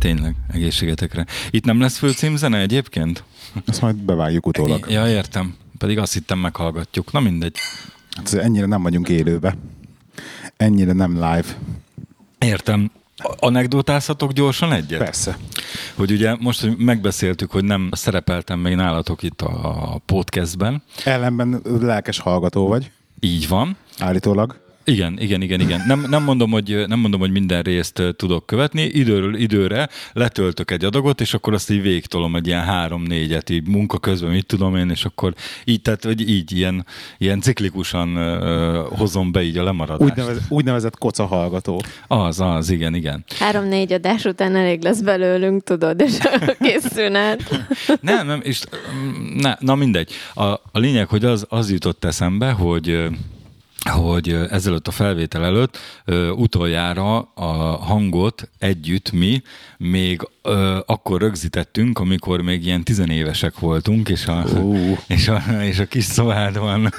Tényleg, egészségetekre. Itt nem lesz főcímzene egyébként? Ezt majd bevágjuk utólag. Ja, értem. Pedig azt hittem meghallgatjuk. Na mindegy. Hát ennyire nem vagyunk élőbe. Ennyire nem live. Értem. Anekdotázhatok gyorsan egyet? Persze. Hogy ugye most megbeszéltük, hogy nem szerepeltem még nálatok itt a podcastben. Ellenben lelkes hallgató vagy. Így van. Állítólag. Igen. Nem mondom, hogy minden részt tudok követni. Időről időre letöltök egy adagot, és akkor azt így végtolom egy ilyen 3-4-et, így munka közben, mit tudom én, és akkor így, tehát hogy így ilyen ciklikusan hozom be így a lemaradást. Úgynevezett koca hallgató. Az, igen. 3-4 adás után elég lesz belőlünk, tudod, és készülne át. Nem, és na mindegy. A lényeg, hogy az jutott eszembe, hogy ezelőtt a felvétel előtt utoljára a hangot együtt mi még akkor rögzítettünk, amikor még ilyen 10 évesek voltunk, és a kis szobádban.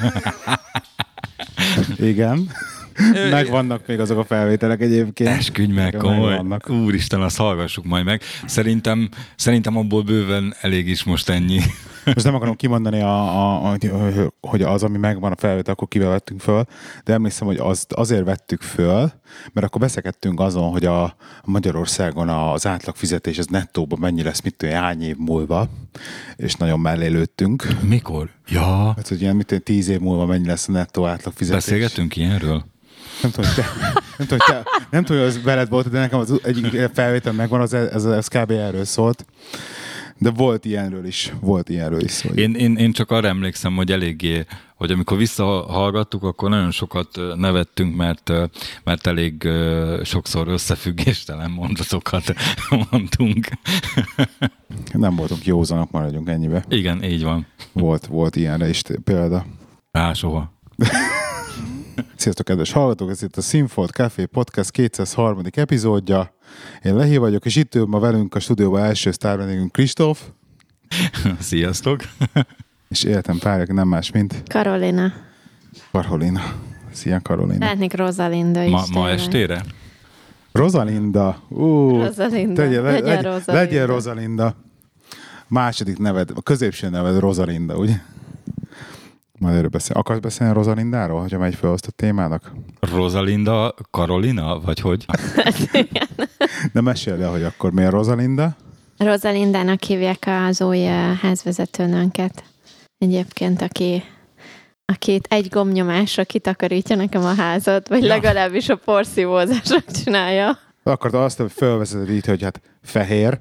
Igen. Megvannak még azok a felvételek egyébként. Esküdj meg, komoly. Úristen, azt hallgassuk majd meg. Szerintem abból bőven elég is most ennyi. Most nem akarom kimondani, hogy az, ami megvan a felvétel, akkor kivel vettünk föl, de emlékszem, hogy azért vettük föl, mert akkor beszélgettünk azon, hogy a Magyarországon az átlag fizetés az nettóban mennyi lesz, mit tudom, hány év múlva, és nagyon mellé lőttünk. Mikor? Ja. Hát, hogy ilyen, 10 év múlva mennyi lesz a nettó átlag fizetés. Beszélgettünk ilyenről? Nem tudom, hogy az veled volt, de nekem az egyik felvétel megvan, ez kb. Erről szólt. De volt ilyenről is szó. Én csak arra emlékszem, hogy eléggé, hogy amikor visszahallgattuk, akkor nagyon sokat nevettünk, mert elég sokszor összefüggéstelen mondatokat mondtunk. Nem voltunk józanok, maradjunk ennyibe. Igen, így van. Volt ilyenre is példa. Soha. Sziasztok, kedves hallgatók! Ez itt a Színfolt Café Podcast 203. epizódja. Én Lehi vagyok, és itt ül ma velünk a stúdióban első sztárvendégünk Kristóf. Sziasztok! És életem párja, nem más, mint... Karolina. Szia, Karolina. Látnék Rosalinda is. Ma estére? Rosalinda. Rosalinda. Legyen Rosalinda. Második neved, a középső neved Rosalinda, ugye? Majd erről beszél. Akarsz beszélni Rosalindáról, hogyha megy fel azt a témának? Rosalinda Karolina, vagy hogy? De mesélj el, hogy akkor miért Rosalinda? Rosalindának hívják az új házvezetőnőnket. Egyébként, akit egy gombnyomásra kitakarítja nekem a házat, vagy legalábbis a porszívózásra csinálja. Akkor azt, hogy felveszed így, hogy hát fehér.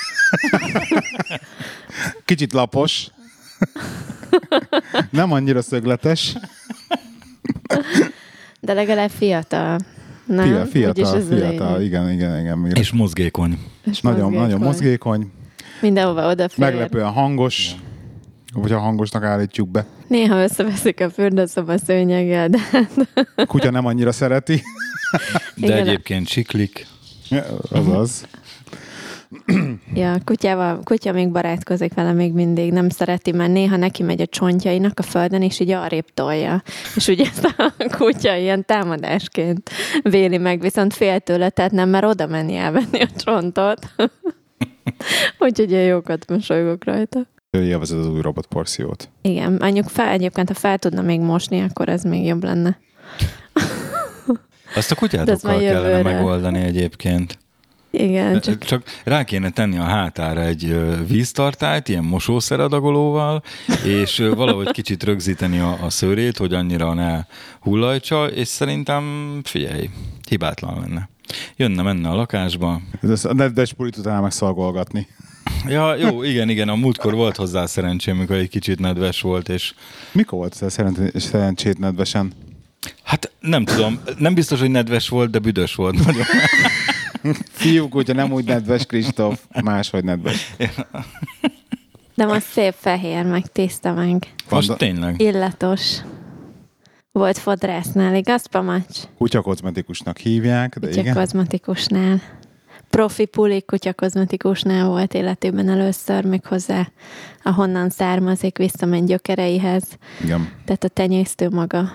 Kicsit lapos. Nem annyira szögletes. De legalább fiatal. Nem? Fiatal. Igen. És mozgékony. Nagyon mozgékony. Mindenhova odafér. Meglepően hangos. Vagy a hangosnak állítjuk be. Néha összeveszik a fürdőszoba szőnyeggel, de... A kutya nem annyira szereti. De egyébként csiklik. Azaz. Ja, kutya még barátkozik vele még mindig, nem szereti, mert néha neki megy a csontjainak a földön, és így arrébb tolja. És ugye ezt a kutya ilyen támadásként véli meg, viszont fél tőle, tehát nem mer oda menni elvenni a csontot. Úgyhogy én jókat mosolygok rajta. Élvezed az új robotporciót. Igen, egyébként ha fel tudna még mosni, akkor ez még jobb lenne. Azt a kutyátokkal kellene megoldani egyébként. Igen. Csak rá kéne tenni a hátára egy víztartályt, ilyen mosószeradagolóval, és valahogy kicsit rögzíteni a szőrét, hogy annyira ne hullajtsa, és szerintem, figyelj, hibátlan lenne. Menne a lakásba. A nedves pulit után megszalgolgatni. Ja, jó, igen, a múltkor volt hozzá szerencsém, amikor egy kicsit nedves volt, és... Mikor volt szerencsét nedvesen? Hát nem tudom, nem biztos, hogy nedves volt, de büdös volt nagyon. Fiúk, hogyha nem úgy nedves, Kristóf, máshogy nedves. De most szép fehér, meg tiszta meg. Most tényleg. Illatos. Volt fodrásznál, igaz, Pamacs? Kutyakozmetikusnak hívják, de igen. Kutyakozmetikusnál. Profi puli kutyakozmetikusnál volt életében először, méghozzá ahonnan származik, visszamegy gyökereihez. Igen. Tehát a tenyésztő maga.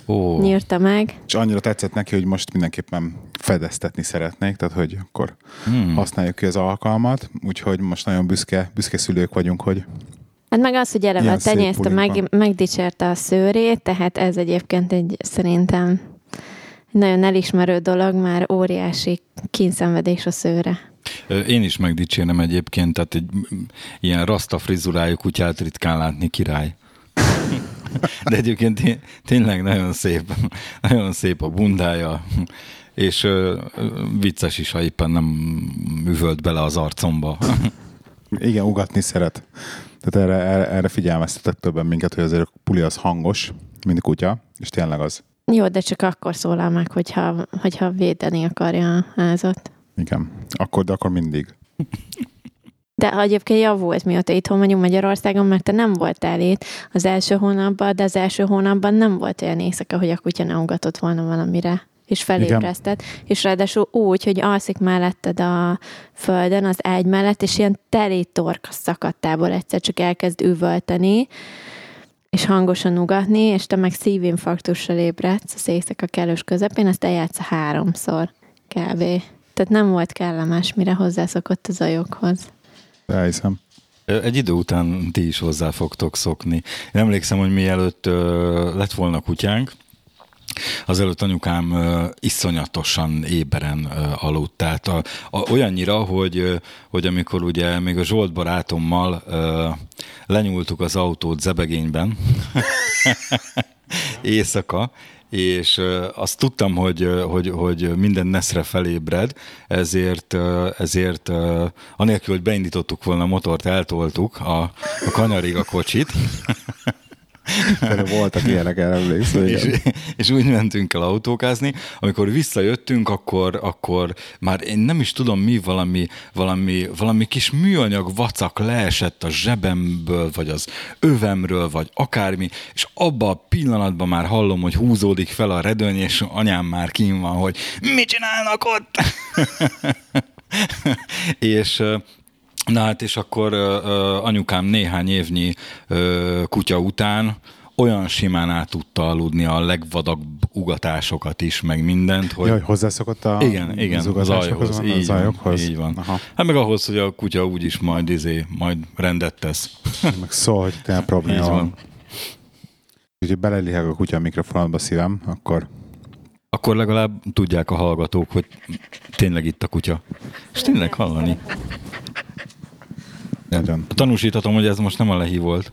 nyírta meg. És annyira tetszett neki, hogy most mindenképpen fedeztetni szeretnék, tehát hogy akkor használjuk ki az alkalmat, úgyhogy most nagyon büszke szülők vagyunk, hogy Hát meg az, hogy eleve a tenyésztő megdicsérte a szőrét, tehát ez egyébként szerintem egy nagyon elismerő dolog, már óriási kínszenvedés a szőre. Én is megdicsérem egyébként, tehát egy ilyen rasta frizurájú kutyát ritkán látni, király. De egyébként tényleg nagyon szép a bundája, és vicces is, ha éppen nem üvölt bele az arcomba. Igen, ugatni szeret. Tehát erre figyelmeztetett többen minket, hogy azért a puli az hangos, mint a kutya, és tényleg az. Jó, de csak akkor szólal meg, hogyha védeni akarja a házat. Igen, akkor mindig. De egyébként javult, mióta itthon vagyunk Magyarországon, mert te nem voltál itt az első hónapban, de az első hónapban nem volt olyan éjszaka, hogy a kutya ne ugatott volna valamire, és felébresztett. És ráadásul úgy, hogy alszik melletted a földön, az ágy mellett, és ilyen teli torka szakadtából egyszer csak elkezd üvölteni, és hangosan ugatni, és te meg szívinfarktussal ébredsz az éjszaka kellős közepén, azt eljátsz 3-szor kb. Tehát nem volt kellemes, mire hozzászokott a zajokhoz. Elhiszem. Egy idő után ti is hozzá fogtok szokni. Én emlékszem, hogy mielőtt lett volna kutyánk, azelőtt anyukám iszonyatosan éberen aludt. Tehát olyannyira, hogy amikor ugye még a Zsolt barátommal lenyúltuk az autót Zebegényben éjszaka, és azt tudtam, hogy minden neszre felébred, ezért anélkül, hogy beindítottuk volna a motort, eltoltuk a kanyarig a kocsit. Voltak ilyenek, emlékszem. És úgy mentünk el autókázni, amikor visszajöttünk, akkor már én nem is tudom mi, valami kis műanyag vacak leesett a zsebemből, vagy az övemről, vagy akármi, és abban a pillanatban már hallom, hogy húzódik fel a redőny, és anyám már kín van, hogy mit csinálnak ott? És akkor anyukám néhány évnyi kutya után olyan simán át tudta aludni a legvadabb ugatásokat is, meg mindent, hogy... Jaj, hozzászokott igen, az zajhoz. Így van. Aha. Hát meg ahhoz, hogy a kutya úgyis majd rendet tesz. Meg szól, hogy tényleg probléma van. Úgyhogy beleliheg a kutya a mikrofonodba szívem, akkor legalább tudják a hallgatók, hogy tényleg itt a kutya. És tényleg hallani. Nagyon. Tanúsíthatom, hogy ez most nem a lehi volt.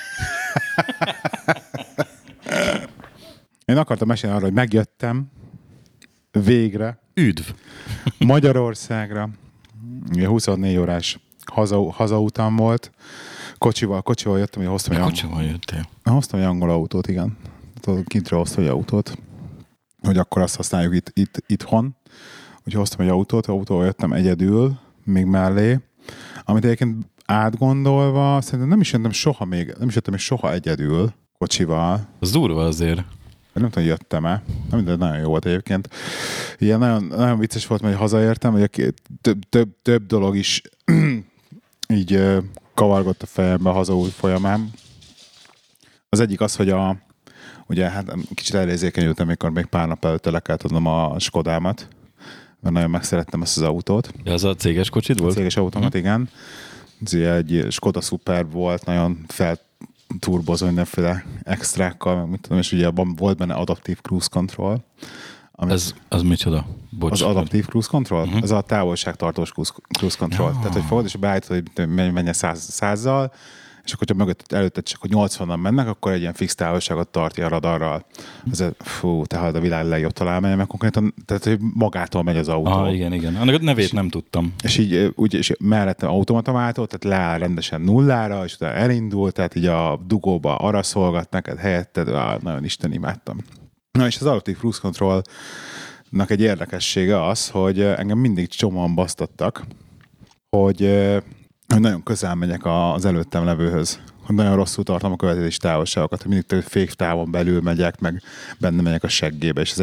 Én akartam mesélni arra, hogy megjöttem végre. Üdv! Magyarországra. 24 órás hazautam volt. Kocsival jöttem, hogy hoztam Kocsival jöttél? Hoztam egy angol autót, igen. Kintről hoztam egy autót, hogy akkor azt használjuk itthon. Úgyhogy hoztam egy autóval jöttem egyedül, még mellé, amit egyébként átgondolva, szerintem nem is jöttem soha egyedül kocsival. Az durva azért. Nem tudom, hogy jöttem-e. De nagyon jó volt egyébként. Ilyen nagyon, nagyon vicces volt, mert hazaértem, hogy több dolog is így kavargott a fejembe a hazaút folyamán. Az egyik az, hogy ugye hát kicsit elérzékenyültem, amikor még pár nap előtte le kellett adnom a Skodámat, mert nagyon megszerettem ezt az autót. Ja, az a céges kocsid volt? A céges autómat, igen. Ez egy Skoda Superb volt, nagyon felturbozó mindenféle extrákkal, mit tudom, és ugye abban volt benne adaptív cruise control. Az micsoda? Bocs. Az adaptív cruise control? Ez a távolságtartós cruise control. Tehát, hogy fogod, és beállítod, hogy menjen 100-zal, és akkor, hogyha előtte csak, hogy 80-an mennek, akkor egy ilyen fix távolságot tartja a radarral. Tehát a világ legjobb találmánya, mert konkrétan, tehát, hogy magától megy az autó. Igen. Annak a nevét nem tudtam. És így és mellettem automataváltó, tehát leáll rendesen nullára, és utána elindul, tehát így a dugóba arra szolgat neked helyetted, nagyon Isten imádtam. Na és az adaptív cruise controlnak egy érdekessége az, hogy engem mindig csomóan basztattak, hogy nagyon közel megyek az előttem levőhöz. Hogy nagyon rosszul tartom a követési távolságokat, hogy mindig fék távon belül megyek, meg benne megyek a seggébe, és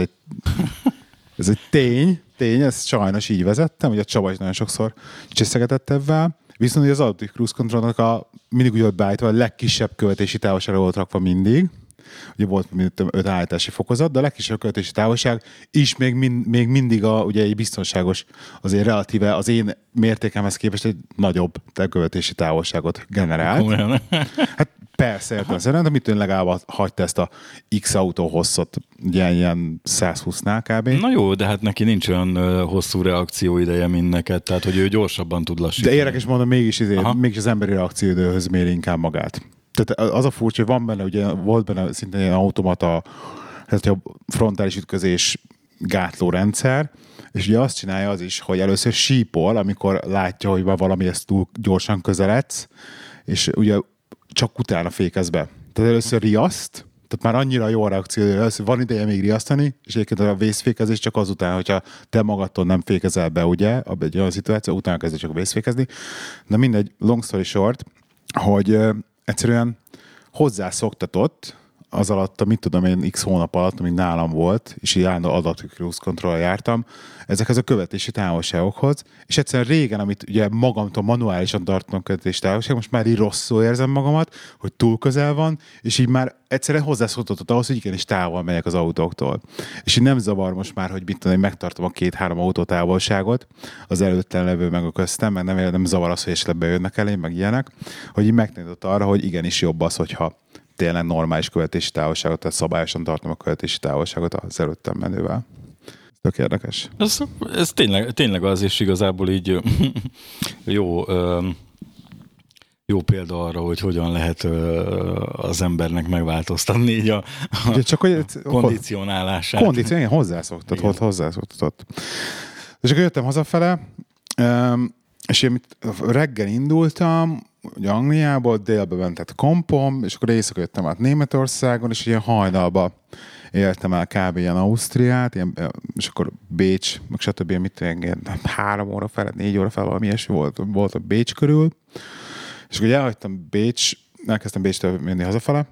ez egy tény, ezt sajnos így vezettem, ugye a Csaba is nagyon sokszor cseszegetett ebben, viszont az adaptív cruise controlnak mindig úgy volt beállítva, a legkisebb követési távolságra volt rakva mindig, ugye volt 5 állítási fokozat, de a legkisebb követési távolság is még mindig ugye egy biztonságos, azért relatíve az én mértékemhez képest egy nagyobb követési távolságot generált. Hát persze, értem, de mit ön legalább hagyta ezt a X autó hosszot, ugye ilyen 120-nál kb. Na jó, de hát neki nincs olyan hosszú reakcióideje, mint neked, tehát hogy ő gyorsabban tud lassítani. De érdekes mondom, mégis az emberi reakcióidőhöz méri inkább magát. Tehát az a furcsa, hogy van benne, ugye volt benne szintén ilyen automata, tehát a frontális ütközés gátlórendszer, és ugye azt csinálja az is, hogy először sípol, amikor látja, hogy valamihez túl gyorsan közeledsz, és ugye csak utána fékez be. Tehát először riaszt, tehát már annyira jó a reakció, hogy először van ideje még riasztani, és egyébként a vészfékezés csak azután, hogyha te magadtól nem fékezel be, ugye, egy olyan szituáció, utána kezded csak vészfékezni. De mindegy, long story short, hogy egyszerűen hozzászoktatott az alatt, mit tudom én, x hónap alatt, amíg nálam volt, és így állandó adaptív cruise control jártam, ezekhez a követési távolságokhoz, és egyszerűen régen, amit ugye magamtól manuálisan tartom követési távolság, most már így rosszul érzem magamat, hogy túl közel van, és így már egyszerűen hozzászoktatott ahhoz, hogy igenis távol megyek az autóktól. És így nem zavar most már, hogy mit tudom, megtartom a 2-3 autó távolságot, az előttem levő meg a köztem, meg nem zavar az, hogy esetleg bejönnek elém, meg ilyenek, hogy így megtanított arra, hogy igenis jobb az, hogyha tényleg normális követési távolságot, tehát szabályosan tartom a követési távolságot az előttem menővel. Tök érdekes. Ez tényleg az, és igazából így jó példa arra, hogy hogyan lehet az embernek megváltoztatni így a csak, hogy kondicionálását. Hozzászoktatott. És akkor jöttem hazafele, és én reggel indultam, ugye Angliából, délbe mentett kompom, és akkor éjszaka jöttem át Németországon, és ilyen hajnalba éltem el kb. Ilyen Ausztriát, és akkor Bécs, meg stb. 3 óra fel, 4 óra fel, valami ilyesmi volt a Bécs körül, és akkor elhagytam elkezdtem Bécstől menni hazafele,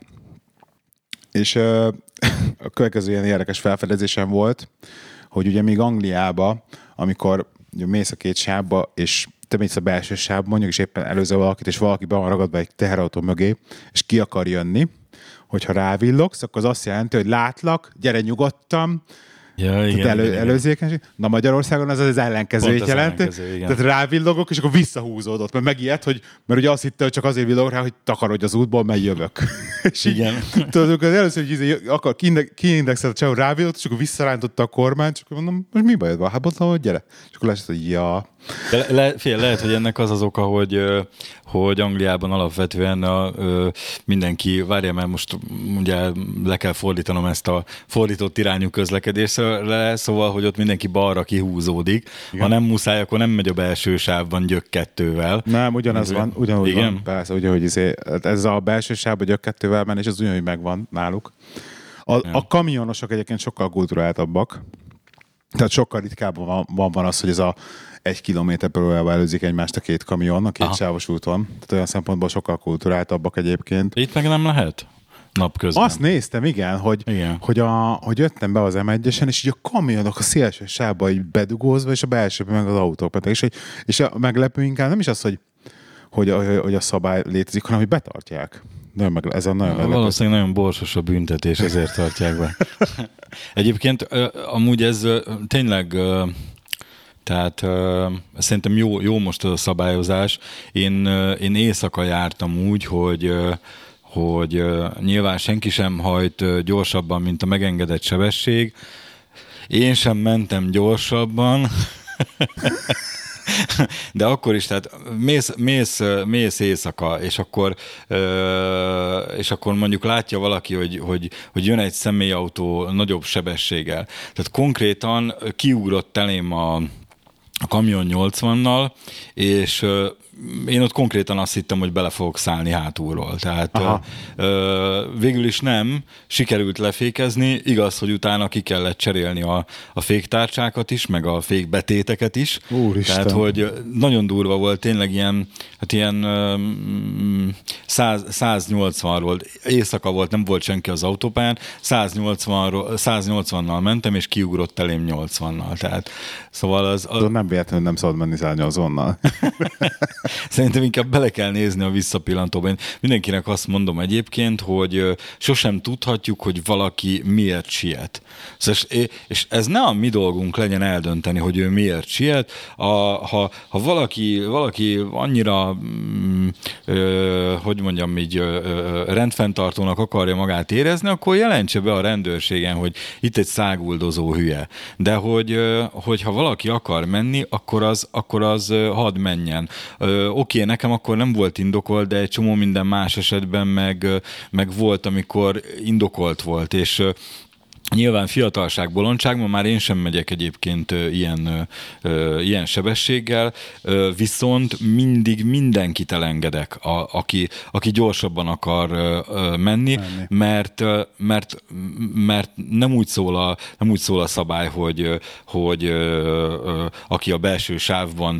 és a következő ilyen érdekes felfedezésem volt, hogy ugye még Angliába, amikor ugye mész a két sávba, és te mész a belső sávba, mondjuk, és éppen előző valakit, és valaki be van ragadva egy teherautó mögé, és ki akar jönni, hogyha rávillogsz, akkor az azt jelenti, hogy látlak, gyere nyugodtan, ja, igen, előzékenység. Na Magyarországon az ellenkezőjét jelenti. Tehát rávillogok, és akkor visszahúzódott. Mert megijed, mert ugye azt hitte, hogy csak azért villog rá, hogy takarodj az útból, mert jövök. És igen. Tudod, először, hogy akar kiindexelt, csak rávillogott, és akkor visszarántotta a kormányt, és akkor mondom, most mi bajod van? Hát mondtam, hogy gyere. És akkor lesz, hogy ja. Lehet, hogy ennek az oka, hogy Angliában alapvetően mindenki, várjál, mert most ugye le kell fordítanom ezt a fordított irányú közlekedésre, szóval, hogy ott mindenki balra kihúzódik. Igen. Ha nem muszáj, akkor nem megy a belső sávban gyök kettővel. Nem, ugyanaz van, ugyanúgy igen? Van. Persze, ugyanúgy ez a belső sávban gyök kettővel menni, és az ugyanúgy megvan náluk. A kamionosok egyébként sokkal kulturáltabbak. Tehát sokkal ritkábban van az, hogy ez a 1 kilométer per órával előzik egymást a két kamion, a két sávos úton. Tehát olyan szempontból sokkal kulturáltabbak egyébként. Itt meg nem lehet napközben. Azt néztem, igen, hogy jöttem be az M1-esen, és így a kamionok a szélső sávba így bedugózva, és a belsőben meg az autók. És a meglepő inkább nem is az, hogy a szabály létezik, hanem hogy betartják. Ez a nagyon valószínűleg nagyon borsos a büntetés, ezért tartják be. Egyébként amúgy ez tényleg... Tehát szerintem jó most az a szabályozás. Én éjszaka jártam úgy, hogy nyilván senki sem hajt gyorsabban, mint a megengedett sebesség. Én sem mentem gyorsabban. De akkor is, tehát mész éjszaka, és akkor mondjuk látja valaki, hogy jön egy személyautó nagyobb sebességgel. Tehát konkrétan kiugrott elém a kamion 80-nal, és én ott konkrétan azt hittem, hogy bele fogok szállni hátulról. Tehát végül is nem, sikerült lefékezni, igaz, hogy utána ki kellett cserélni a féktárcsákat is, meg a fékbetéteket is. Úristen. Tehát, hogy nagyon durva volt, tényleg ilyen 180-ról, éjszaka volt, nem volt senki az autópályán, 180-nal mentem, és kiugrott elém 80-nal. Tehát, szóval az... Nem véletlenül nem szabad menni 180-nal. Szerintem inkább bele kell nézni a visszapillantóba. Én mindenkinek azt mondom egyébként, hogy sosem tudhatjuk, hogy valaki miért siet. Szóval, és ez ne a mi dolgunk legyen eldönteni, hogy ő miért siet. Ha valaki annyira, hogy mondjam így, rendfenntartónak akarja magát érezni, akkor jelentse be a rendőrségen, hogy itt egy száguldozó hülye. De hogyha valaki akar menni, akkor az hadd menjen. Oké, nekem akkor nem volt indokolt, de egy csomó minden más esetben meg volt, amikor indokolt volt, és nyilván fiatalság, bolondságban már én sem megyek egyébként ilyen sebességgel, viszont mindig mindenkit elengedek, aki gyorsabban akar menni, mert nem úgy szól a szabály, hogy aki a belső sávban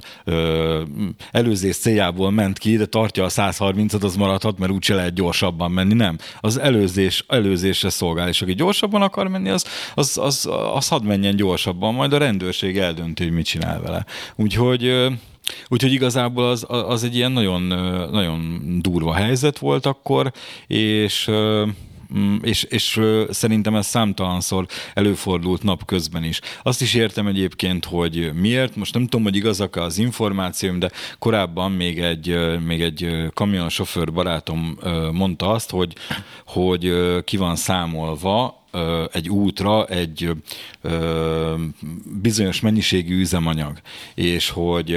előzés céljából ment ki, de tartja a 130-at, az maradhat, mert úgyse lehet gyorsabban menni. Nem. Az előzésre szolgál, és aki gyorsabban akar menni, az hadd menjen gyorsabban, majd a rendőrség eldönti, hogy mit csinál vele. Úgyhogy igazából az egy ilyen nagyon, nagyon durva helyzet volt akkor, és szerintem ez számtalanszor előfordult napközben is. Azt is értem egyébként, hogy miért. Most nem tudom, hogy igazak az információim, de korábban még egy kamionsofőr barátom mondta azt, hogy ki van számolva egy útra egy bizonyos mennyiségű üzemanyag, és hogy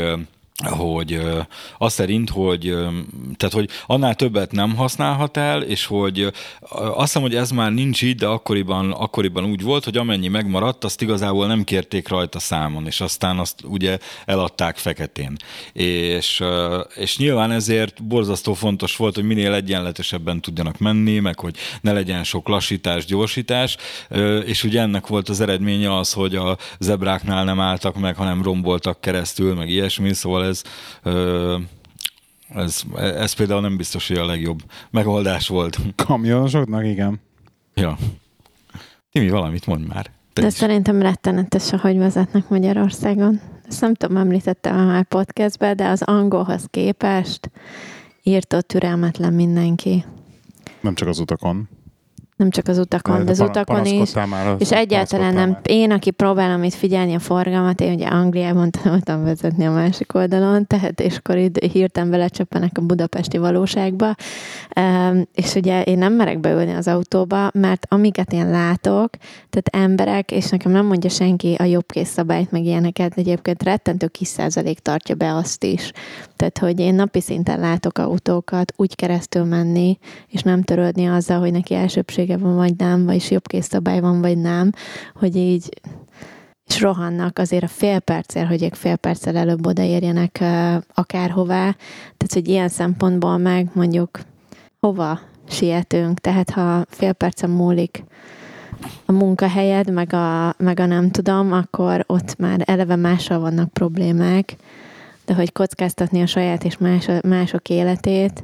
az szerint, hogy annál többet nem használhat el, és hogy azt hiszem, hogy ez már nincs így, de akkoriban úgy volt, hogy amennyi megmaradt, azt igazából nem kérték rajta számon, és aztán azt ugye eladták feketén. És nyilván ezért borzasztó fontos volt, hogy minél egyenletesebben tudjanak menni, meg hogy ne legyen sok lassítás, gyorsítás, és ugye ennek volt az eredménye az, hogy a zebráknál nem álltak meg, hanem romboltak keresztül, meg ilyesmi, szóval ez például nem biztos, hogy a legjobb megoldás volt. Kamionosoknak, igen. Ja. Timi, valamit mondj már. De szerintem rettenetes, ahogy vezetnek Magyarországon. Ezt nem tudom, említettem már podcastben, de az angolhoz képest írtott türelmetlen mindenki. Nem csak az utakon. Nem csak az utakon, de az utakon is. És egyáltalán nem. Én, aki próbálom itt figyelni a forgalmat, én ugye Angliában tanultam vezetni a másik oldalon, tehát és akkor itt hirtelen belecsöppenek a budapesti valóságba. És ugye én nem merek beülni az autóba, mert amiket én látok, tehát emberek, és nekem nem mondja senki a jobbkész szabályt, meg ilyeneket, egyébként rettentő kis százalék tartja be azt is. Tehát, hogy én napi szinten látok autókat úgy keresztül menni, és nem törődni azzal, hogy neki elsőbsége van, vagy nem, vagy jobbkész szabály van, vagy nem, hogy így és rohannak azért a fél perccel, hogy fél perccel előbb odaérjenek akárhová. Tehát, hogy ilyen szempontból meg mondjuk hova sietünk. Tehát, ha fél percen múlik a munkahelyed, meg a nem tudom, akkor ott már eleve mással vannak problémák, de hogy kockáztatni a saját és mások életét.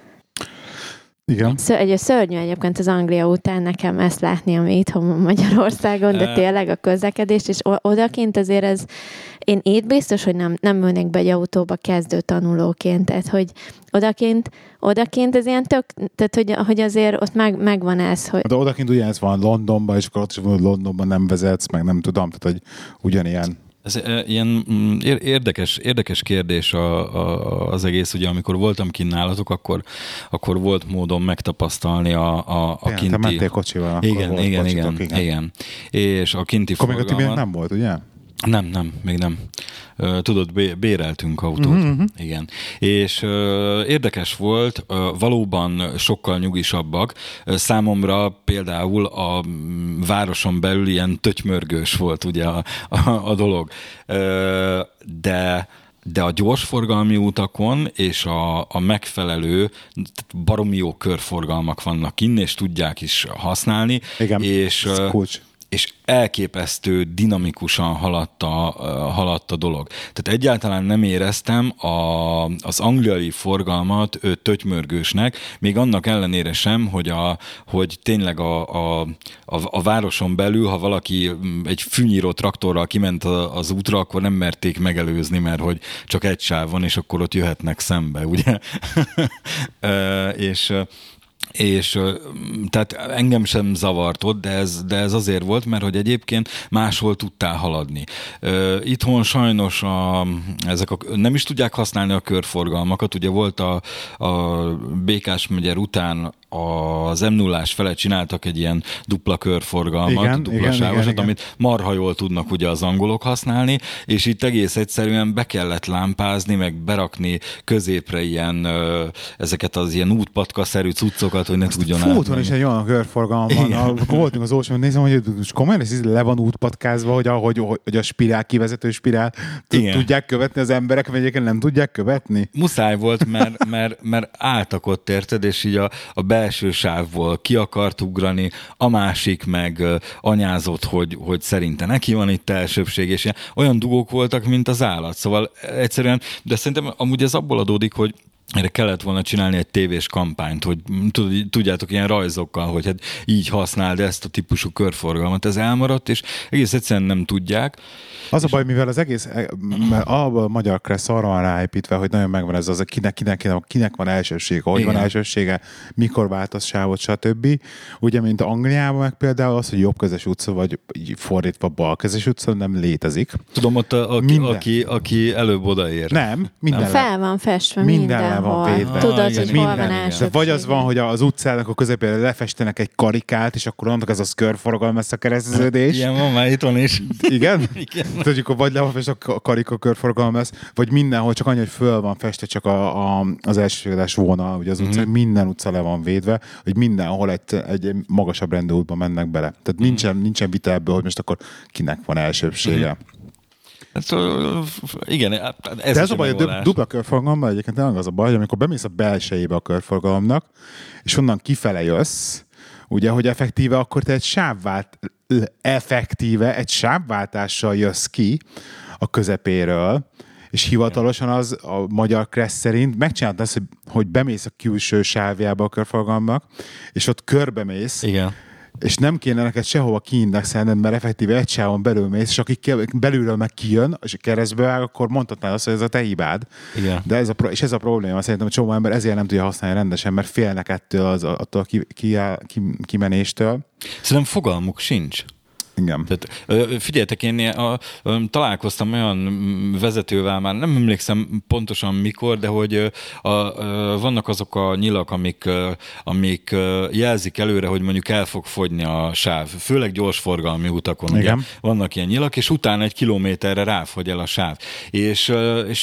Igen. Egy szörnyű egyébként az Anglia után nekem ezt látni, ami itthon Magyarországon, de tényleg a közlekedést, és odakint azért ez, én itt biztos, hogy nem ülnék be egy autóba kezdő tanulóként, tehát hogy odakint ez ilyen tök, tehát hogy azért ott megvan ez, hogy... De odakint ugye ez van Londonban, és akkor ott is van, hogy Londonban nem vezetsz, meg nem tudom, tehát hogy ugyanilyen. Ez ilyen érdekes kérdés az egész, ugye amikor voltam kint nálatok, akkor volt módon megtapasztalni a kinti... Te mentél kocsival, akkor igen. És a kinti forgalmat... Akkor még a nem volt, ugye? Nem, még nem. Tudod, béreltünk autót. Igen. És érdekes volt, valóban sokkal nyugisabbak. Számomra például a városon belül ilyen tötymörgős volt ugye a dolog. De a gyorsforgalmi utakon és a megfelelő baromi jó körforgalmak vannak innen, és tudják is használni. Igen, és, ez kulcs. és elképesztő dinamikusan haladt a dolog. Tehát egyáltalán nem éreztem az angliai forgalmat tötymörgősnek, még annak ellenére sem, hogy tényleg a városon belül, ha valaki egy fűnyíró traktorral kiment az útra, akkor nem merték megelőzni, mert hogy csak egy sáv van, és akkor ott jöhetnek szembe, ugye? És tehát engem sem zavart ott, de ez azért volt, mert hogy egyébként máshol tudtál haladni. Itthon sajnos nem is tudják használni a körforgalmakat. Ugye volt a Békás-megyer után az M0-ás felett csináltak egy ilyen dupla körforgalmat, dupla sávosat, amit marha jól tudnak ugye az angolok használni, és itt egész egyszerűen be kellett lámpázni, meg berakni középre ilyen ezeket az ilyen útpatka-szerű cuccokat, hogy ne tudjon átmenni. Fúton is egy olyan körforgalom van. Akkor voltunk az Ósón, nézem, hogy komolyan ez le van útpatkázva, hogy a spirál, kivezető spirál tudják követni az emberek, vagy egyébként nem tudják követni. Muszáj volt, mert álltak ott, érted, és így a belső sávból ki akart ugrani, a másik meg anyázott, hogy szerinte neki van itt elsőbség, és olyan dugók voltak, mint az állat. Szóval egyszerűen, de szerintem amúgy ez abból adódik, hogy erre kellett volna csinálni egy tévés kampányt, hogy tudjátok, ilyen rajzokkal, hogy hát így használd ezt a típusú körforgalmat. Ez elmaradt, és egész egyszerűen nem tudják. Az a baj, mivel az egész, a Magyar Kressz arra van ráépítve, hogy nagyon megvan ez az, kinek van elsősége, hogy van elsősége, mikor változ sávot, stb. Ugye, mint Angliában meg például az, hogy jobbkezes utca, vagy fordítva balkezes utca nem létezik. Tudom, ott aki előbb odaér. Nem, minden. Fel van festve mindenhol. Van védve. Tudod, hogy hol van elsőbség. Vagy az van, hogy az utcának a közepére lefestenek egy karikát, és akkor annak ez a körforgalom, ezt a kereszteződés. Ilyen van már itthon is. Igen? Tudod, akkor vagy le van festve a karika körforgalom lesz, vagy mindenhol csak annyi, hogy föl van festve csak az elsőséges vonal, ugye az utca, minden utca le van védve, hogy mindenhol egy magasabb rendű útba mennek bele. Tehát nincsen vita ebből, hogy most akkor kinek van elsőbsége. Igen, ez a baj, a dupla körforgalomban egyébként nem az a baj, hogy amikor bemész a belsejébe a körforgalomnak, és onnan kifele jössz, ugye, hogy effektíve akkor te egy sávváltással jössz ki a közepéről, és hivatalosan az a Magyar Kressz szerint megcsinálta azt, hogy bemész a külső sávjába a körforgalomnak, és ott körbemész, igen. És nem kéne neked sehova kiindexelned, mert effektíve egy sávon belül mész, és aki belülről meg kijön, és keresztbe vág, akkor mondhatnád azt, hogy ez a te hibád. Igen. De ez a probléma. Szerintem a csomó ember ezért nem tudja használni rendesen, mert félnek attól kimenéstől. Szerintem fogalmuk sincs. Igen. Tehát, figyeljetek, én találkoztam olyan vezetővel, már nem emlékszem pontosan mikor, de hogy vannak azok a nyilak, amik jelzik előre, hogy mondjuk el fog fogyni a sáv. Főleg gyorsforgalmi utakon. Ugye? Vannak ilyen nyilak, és utána 1 kilométerre ráfogy el a sáv. És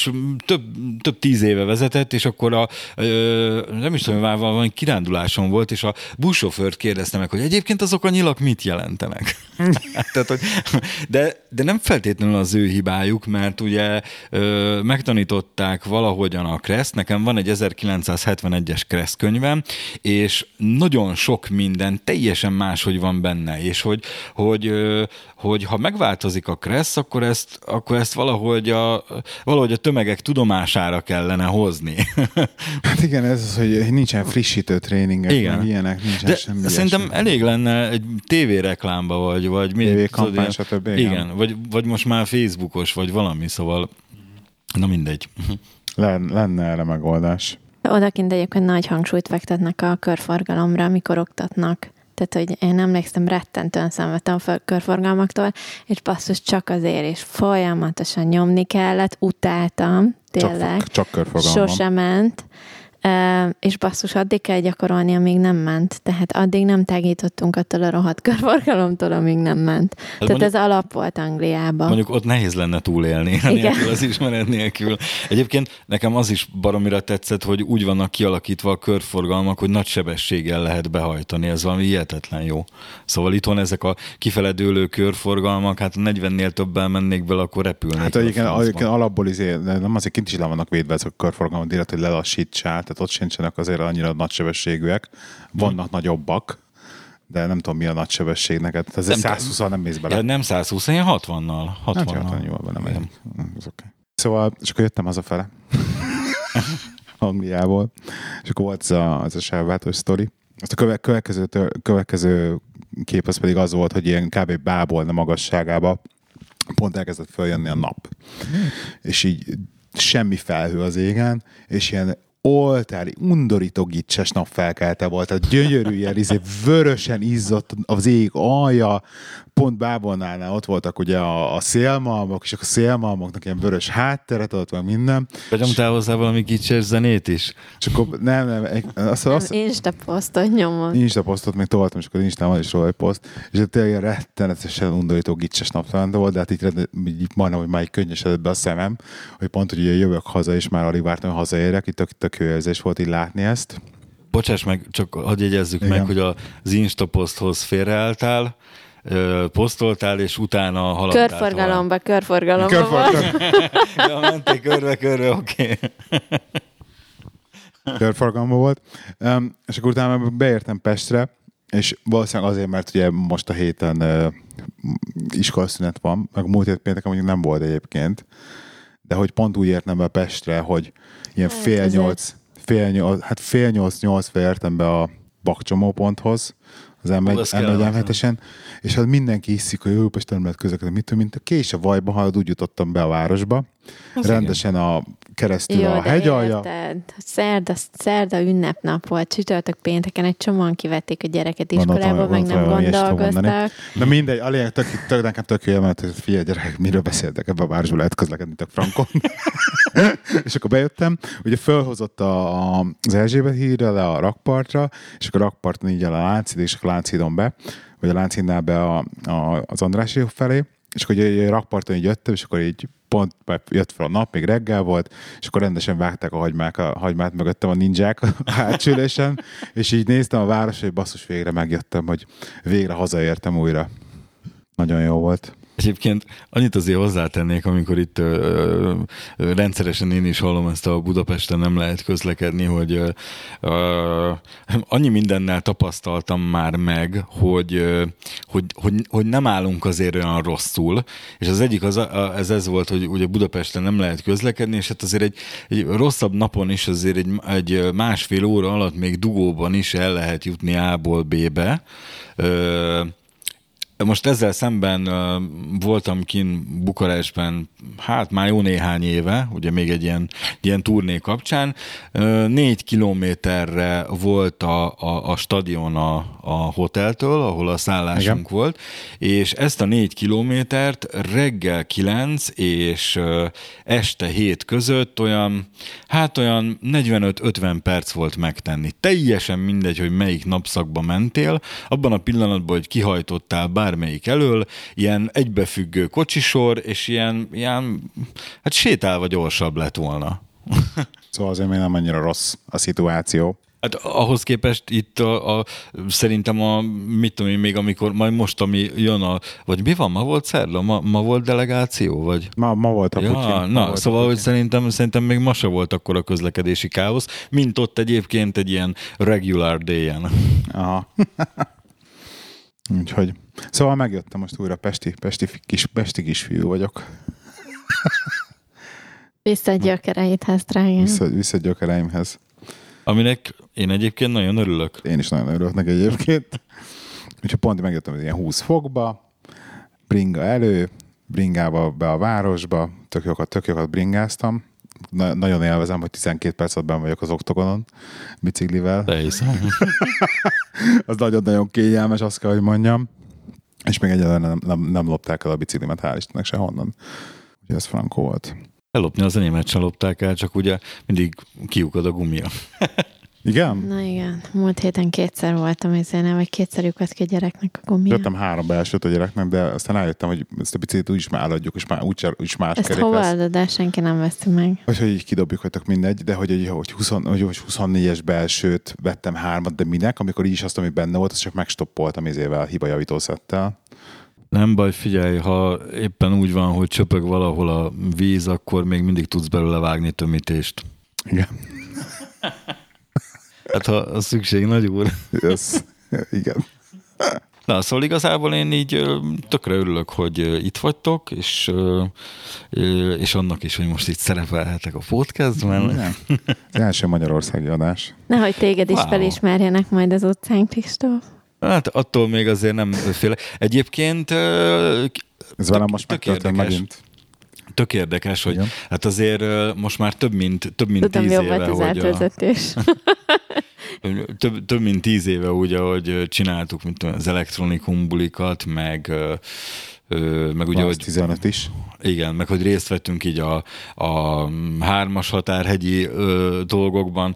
több 10 éve vezetett, és akkor nem is tudom, valami kiránduláson volt, és a buszsofőrt kérdezte meg, hogy egyébként azok a nyilak mit jelentenek? Tehát, hogy, de nem feltétlenül az ő hibájuk, mert ugye megtanították valahogyan a Kreszt, nekem van egy 1971-es Kressz könyvem, és nagyon sok minden teljesen máshogy van benne, és hogy ha megváltozik a Kressz, akkor ezt valahogy a tömegek tudomására kellene hozni. Hát igen, ez az, hogy nincsen frissítő tréningek, meg ilyenek, nincsen semmi. Szerintem elég lenne egy tévéreklámba, vagy tévékampány, stb. Igen, vagy most már Facebookos, vagy valami, szóval na mindegy. Lenne erre megoldás. Odakint egyébként nagy hangsúlyt fektetnek a körforgalomra, amikor oktatnak. Tehát, hogy én emlékszem, rettentően szenvedtem a körforgalmaktól, és basszus csak azért, és folyamatosan nyomni kellett, utáltam, tényleg. Csak körforgalom. Sose ment. És basszus, addig kell gyakorolni, amíg nem ment. Tehát addig nem tágítottunk attól a rohadt körforgalomtól, amíg nem ment. Tehát mondjuk, ez alap volt Angliában. Mondjuk ott nehéz lenne túlélni nélkül, az ismeret nélkül. Egyébként nekem az is baromira tetszett, hogy úgy vannak kialakítva a körforgalmak, hogy nagy sebességgel lehet behajtani. Ez valami hihetetlen jó. Szóval itthon ezek a kifeledőlő körforgalmak, hát 40-nél többen mennék bele, akkor repülnék. Hát egyébként alapból nem azért kint is le vannak védve ezek a körforgalmak, illetve hogy lelassítsál, tehát ott sincsenek azért annyira nagy sebességűek, vannak nagyobbak, de nem tudom, mi a nagy sebesség neked. Ez 120-al nem mész bele. Ja, nem 120, én 60-nal. 60-nal jól benne megyek. Ez okay. Szóval, és akkor jöttem hazafele. Angliából. És akkor volt ez a sávváltós sztori. Azt a következő kép az pedig az volt, hogy ilyen kb. Bábolna magasságába pont elkezdett följönni a nap. És így semmi felhő az égen, és ilyen oltári, undorító gicses napfelkelte volt. Tehát gyönyörű, ilyen vörösen izzott az ég alja, pont Bábolnálnál ott voltak ugye a szélmalmok, és a szélmalmoknak ilyen vörös hátteret adott, meg minden. Vagy nyomtál hozzá valami gicses zenét is? És akkor nem, Insta posztot nyomod. Insta posztot még toltam, és akkor Instán van is róla egy poszt, és tényleg rettenetesen undorító gicses napfelkelte volt, de hát így majdnem, hogy már így könnyesedett be a szemem, hogy pont, hogy jövök haza, és már alig vártam, hogy hazaérek, itt tök jó érzés volt így látni ezt. Bocsáss meg, csak hadd jegyezzük meg, hogy az Insta poszthoz félreálltál, posztoltál, és utána haladtál. Körforgalomba. Ja, mentél körbe, oké. Körforgalomba volt. És akkor utána beértem Pestre, és valószínűleg azért, mert ugye most a héten iskolaszünet van, meg múlt hét pénteken mondjuk nem volt egyébként, de hogy pont úgy értem be Pestre, hogy ilyen fél nyolc értem be a bakcsomóponthoz, az M1-esen, és hát mindenki hiszik, hogy jó, Pesten nem lehet közlekedni, mint a kés a vajba halad, úgy jutottam be a városba. Az rendesen keresztül jó, a hegyalja. Szerda ünnepnap volt, csütörtök pénteken egy csomóan kivették a gyereket iskolába, meg nem gondolkoztak. De mindegy, a lényeg nekem tök jó, mert figyelj gyerek, miről beszéltek, ebben a városban lehet közlekedni tök frankon. És akkor bejöttem, ugye fölhozott az Erzsébet hídra le a rakpartra, és akkor a rakparton így el a Lánchíd, és akkor Lánchídon be, vagy a Lánchídnál be az Andrássy felé, és akkor egy rakparton így jöttem, és akkor így pont jött fel a nap, még reggel volt, és akkor rendesen vágták a hagymát mögöttem a ninják a hátsülésen, és így néztem a város, hogy basszus, végre megjöttem, hogy végre hazaértem újra. Nagyon jó volt. Egyébként annyit azért hozzátennék, amikor itt rendszeresen én is hallom ezt a Budapesten nem lehet közlekedni, hogy annyi mindennel tapasztaltam már meg, hogy nem állunk azért olyan rosszul, és az egyik ez volt, hogy ugye Budapesten nem lehet közlekedni, és hát azért egy rosszabb napon is azért egy másfél óra alatt még dugóban is el lehet jutni A-ból B-be. Most ezzel szemben voltam kint Bukarestben, hát már jó néhány éve, ugye még egy ilyen turné kapcsán. 4 kilométerre volt a stadion a hoteltől, ahol a szállásunk igen. volt, és ezt a 4 kilométert reggel 9 és este 7 között olyan 45-50 perc volt megtenni. Teljesen mindegy, hogy melyik napszakba mentél, abban a pillanatban, hogy kihajtottál bármelyik elől, ilyen egybefüggő kocsisor, és ilyen hát sétálva gyorsabb lett volna. Szóval azért még nem annyira rossz a szituáció. Hát ahhoz képest itt szerintem mit tudom én még, amikor majd most, ami jön vagy mi van, ma volt szerda? Ma volt delegáció? Vagy? Ma volt a Putyin. Na, szóval hogy szerintem még ma se volt akkor a közlekedési káosz, mint ott egyébként egy ilyen regular day-en. Aha. Úgyhogy. Szóval megjöttem most újra pesti kisfiú vagyok. Vissza gyökereidhez, drágám. Vissza gyökereimhez. Aminek én egyébként nagyon örülök. Én is nagyon örülök neki egyébként. Úgyhogy pont megjöttem ilyen 20 fokba, bringa elő, bringába be a városba, tök jókat bringáztam. Nagyon élvezem, hogy 12 percet benn vagyok az oktogonon biciklivel. De hiszem. Az nagyon-nagyon kényelmes, azt kell, hogy mondjam. És még egyáltalán nem lopták el a biciklimet, hál' Istennek sehonnan. Úgyhogy ez frankó volt. Ellopni az enyémet sem lopták el, csak ugye mindig kiukad a gumia. Igen? Na igen. Múlt héten 2-szer voltam ezzel, vagy 2-szer lyukadt ki a gyereknek a gumia. Jöttem 3 belsőt a gyereknek, de aztán rájöttem, hogy ezt a biciklit úgyis már eladjuk, és már úgyis más ezt kerék hova adod, de senki nem veszi meg. Vagy hogy így kidobjuk, hogy tök mindegy, de hogy 24-es belsőt vettem 3, de minek, amikor így is azt, ami benne volt, azt csak megstoppoltam izével, hibajavítószettel. Nem baj, figyelj, ha éppen úgy van, hogy csöpög valahol a víz, akkor még mindig tudsz belőle vágni tömítést. Igen. Hát ha a szükség nagy úr. Yes. Igen. Na, szóval igazából én így tökre örülök, hogy itt vagytok, és annak is, hogy most itt szerepelhetek a podcastben. Az első magyarországi adás. Nehogy téged is felismerjenek majd az utcán, Kristóf. Hát attól még azért nem félek. Egyébként ez velem most megtörtént megint. Tök érdekes, hogy hát azért most már több mint 10 éve, tudom, jó volt az átvezetés. Több mint 10 éve úgy, ahogy csináltuk, mint az elektronikum bulikat, meg ugye, hogy 15 is. Igen, meg hogy részt vettünk így a 3-as határhegyi dolgokban,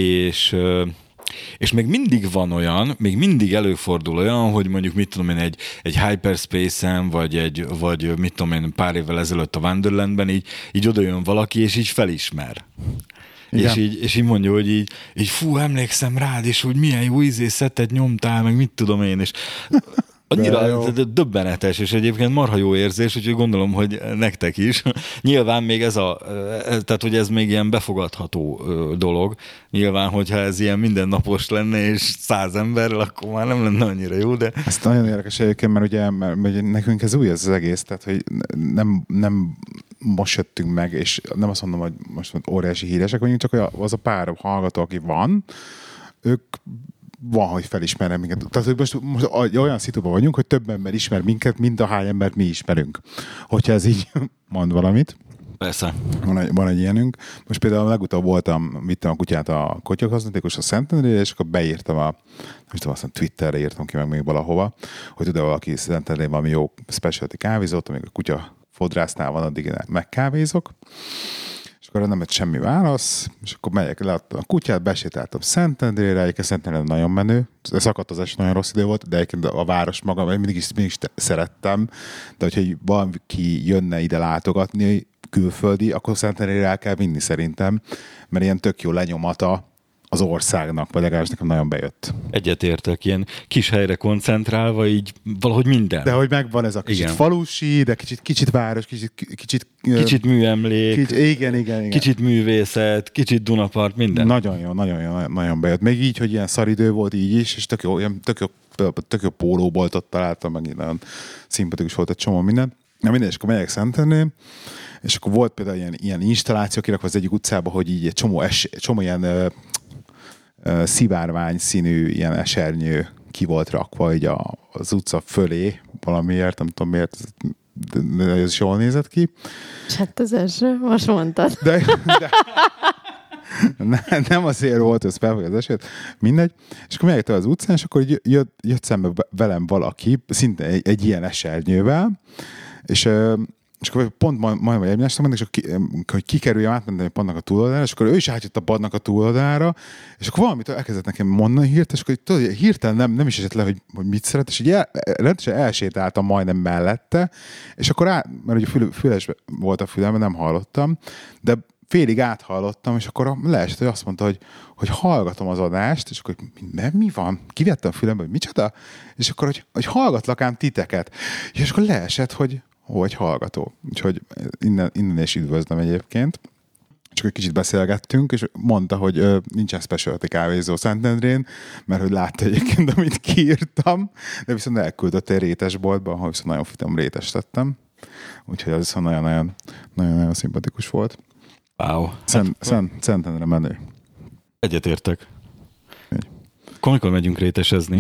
és még mindig van olyan, még mindig előfordul olyan, hogy mondjuk mit tudom én, egy Hyperspace-en, vagy mit tudom én, pár évvel ezelőtt a Wonderlandben így odajön valaki, és így felismer. És így mondja, hogy így fú, emlékszem rád, és hogy milyen jó szettet nyomtál, meg mit tudom én, és annyira döbbenetes, és egyébként marha jó érzés, úgyhogy gondolom, hogy nektek is. Nyilván még tehát hogy ez még ilyen befogadható dolog. Nyilván, hogyha ez ilyen mindennapos lenne, és 100 emberrel, akkor már nem lenne annyira jó, de... Ez nagyon érdekes egyébként, mert ugye nekünk ez új ez az egész, tehát hogy nem most jöttünk meg, és nem azt mondom, hogy most óriási híresek vagyunk, csak az a pár hallgató, aki van, ők van, hogy felismernek minket. Tehát, hogy most olyan szituban vagyunk, hogy több ember ismer minket, mint a hány embert mi ismerünk. Hogyha ez így mond valamit. Persze. Van egy ilyenünk. Most például legutóbb voltam, vittem a kutyát a Kotyoghaznatékos a Szentendrére, és akkor beírtam nem tudom, aztán Twitterre írtam ki meg még valahova, hogy tud-e valaki Szentendrén valami jó specialty kávézót, amíg a kutya fodrásznál van, addig én megkávézok. És akkor nem lett semmi válasz, és akkor megyek, leadtam a kutyát, besétáltam Szentendrére, egyébként Szentendre nagyon menő, szakadt az eső, nagyon rossz idő volt, de egyébként a város maga, mindig is szerettem, de hogyha valaki jönne ide látogatni, külföldi, akkor Szentendrére el kell vinni szerintem, mert ilyen tök jó lenyomata az országnak, vagy legalábbis nekem nagyon bejött. Egyetértek, ilyen kis helyre koncentrálva, így valahogy minden. De hogy megvan ez a kicsit falusi, de kicsit város, kicsit műemlék, igen. Kicsit művészet, kicsit Dunapart, minden. Nagyon jó, nagyon bejött. Még így, hogy ilyen szaridő volt így is, és tök jó pólóboltot találtam, meg így nagyon szimpatikus volt egy csomó minden. Na minden, és akkor megyek Szentendrén, és akkor volt például ilyen installáció kirakva az egyik utcába, hogy így egy csomó ilyen szivárvány színű ilyen esernyő ki volt rakva így az utca fölé valamiért, nem tudom miért, de ez is jól nézett ki. Hát az eső, most mondtad. De nem azért volt, hogy ez felfogja az esőt, mindegy. És akkor megyek az utcán, és akkor jött szembe velem valaki, szinte egy ilyen esernyővel, és akkor pont majdnem egymásnak mennek, és hogy kikerüljem, átmentem egy padnak a túloldalára, és akkor ő is átjött a padnak a túloldalára, és akkor valamit elkezdett nekem mondani hirtelen, és akkor tudod, hirtelen nem is esett le, hogy mit szeret, és így rendesen elsétáltam majdnem mellette, és akkor mert ugye füles volt a fülemben, nem hallottam, de félig áthallottam, és akkor leesett, hogy azt mondta, hogy hallgatom az adást, és akkor mi van? Kivettem a fülembe, hogy micsoda? És akkor, hogy hallgatlak ám titeket. És akkor leesett, hogy hallgató. Úgyhogy innen is üdvözlöm egyébként. Csak egy kicsit beszélgettünk, és mondta, hogy nincsen specialty kávézó Szentendrén, mert hogy látta egyébként, amit kiírtam, de viszont elküldött egy rétesboltba, ahol viszont nagyon finom rétest tettem. Úgyhogy az viszont nagyon szimpatikus volt. Wow. Szentendre menő. Egyetértek. Akkor mikor megyünk rétesezni?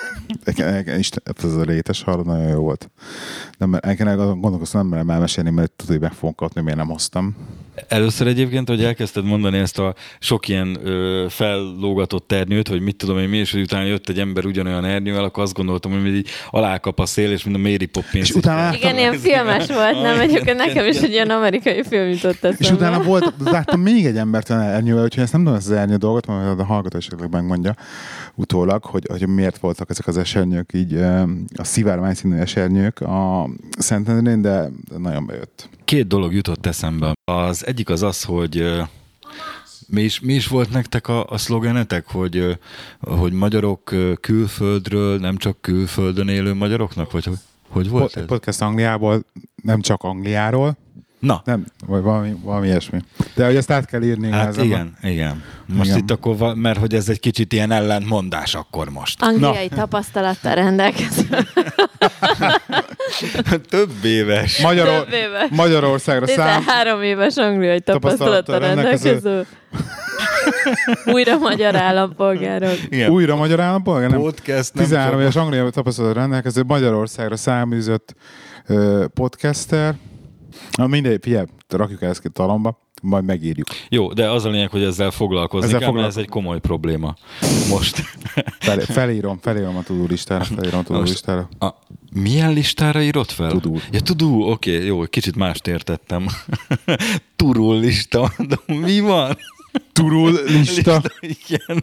Ez a rétes hal nagyon jó volt. Gondolkoztam, nem merem elmesélni, mert tudod, hogy meg fogom kapni, miért nem hoztam. Először egyébként, hogy elkezdted mondani ezt a sok ilyen fellógatott ernyőt, hogy mit tudom én mi, és hogy utána jött egy ember ugyanolyan ernyővel, akkor azt gondoltam, hogy így alákap a szél, és mint a Mary Poppins. Igen, ilyen filmes volt, nem? Egyébként nekem is egy ilyen amerikai film jutott eszembe. És utána láttam még egy embert ernyővel, úgyhogy ezt nem tudom, ezt az ernyő dolgot, mert a hallgató esetleg megmondja utólag, hogy miért voltak ezek az esernyők, így a szivárvány színű esernyők a Szentendrén, de nagyon bejött. 2 dolog jutott eszembe. Az egyik az, hogy mi is volt nektek a szlogenetek, hogy magyarok külföldről, nem csak külföldön élő magyaroknak? Vagy hogy volt ez? Podcast Angliából, nem csak Angliáról. Na. Nem, vagy valami ilyesmi. De hogy ezt át kell írni. Hát igen. Most itt akkor, mert hogy ez egy kicsit ilyen ellentmondás akkor most. Angliai tapasztalattal rendelkező. Több éves. Több éves. Magyarországra 13 éves angliai tapasztalattal rendelkező. Újra magyar állampolgárok. Igen. Újra magyar állampolgár? Nem. Podcast. 13 éves angliai tapasztalattal rendelkező Magyarországra száműzött podcaster. Mindegy, figyelj, rakjuk el ezt a talomba, majd megírjuk. Jó, de az a lényeg, hogy ezzel foglalkozni kell, mert ez egy komoly probléma. Most. Felírom a to-do listára. Milyen listára írod fel? To-do. Ja, to-do, oké, jó, kicsit mást értettem. Turul lista, de mi van? Turul lista? Igen.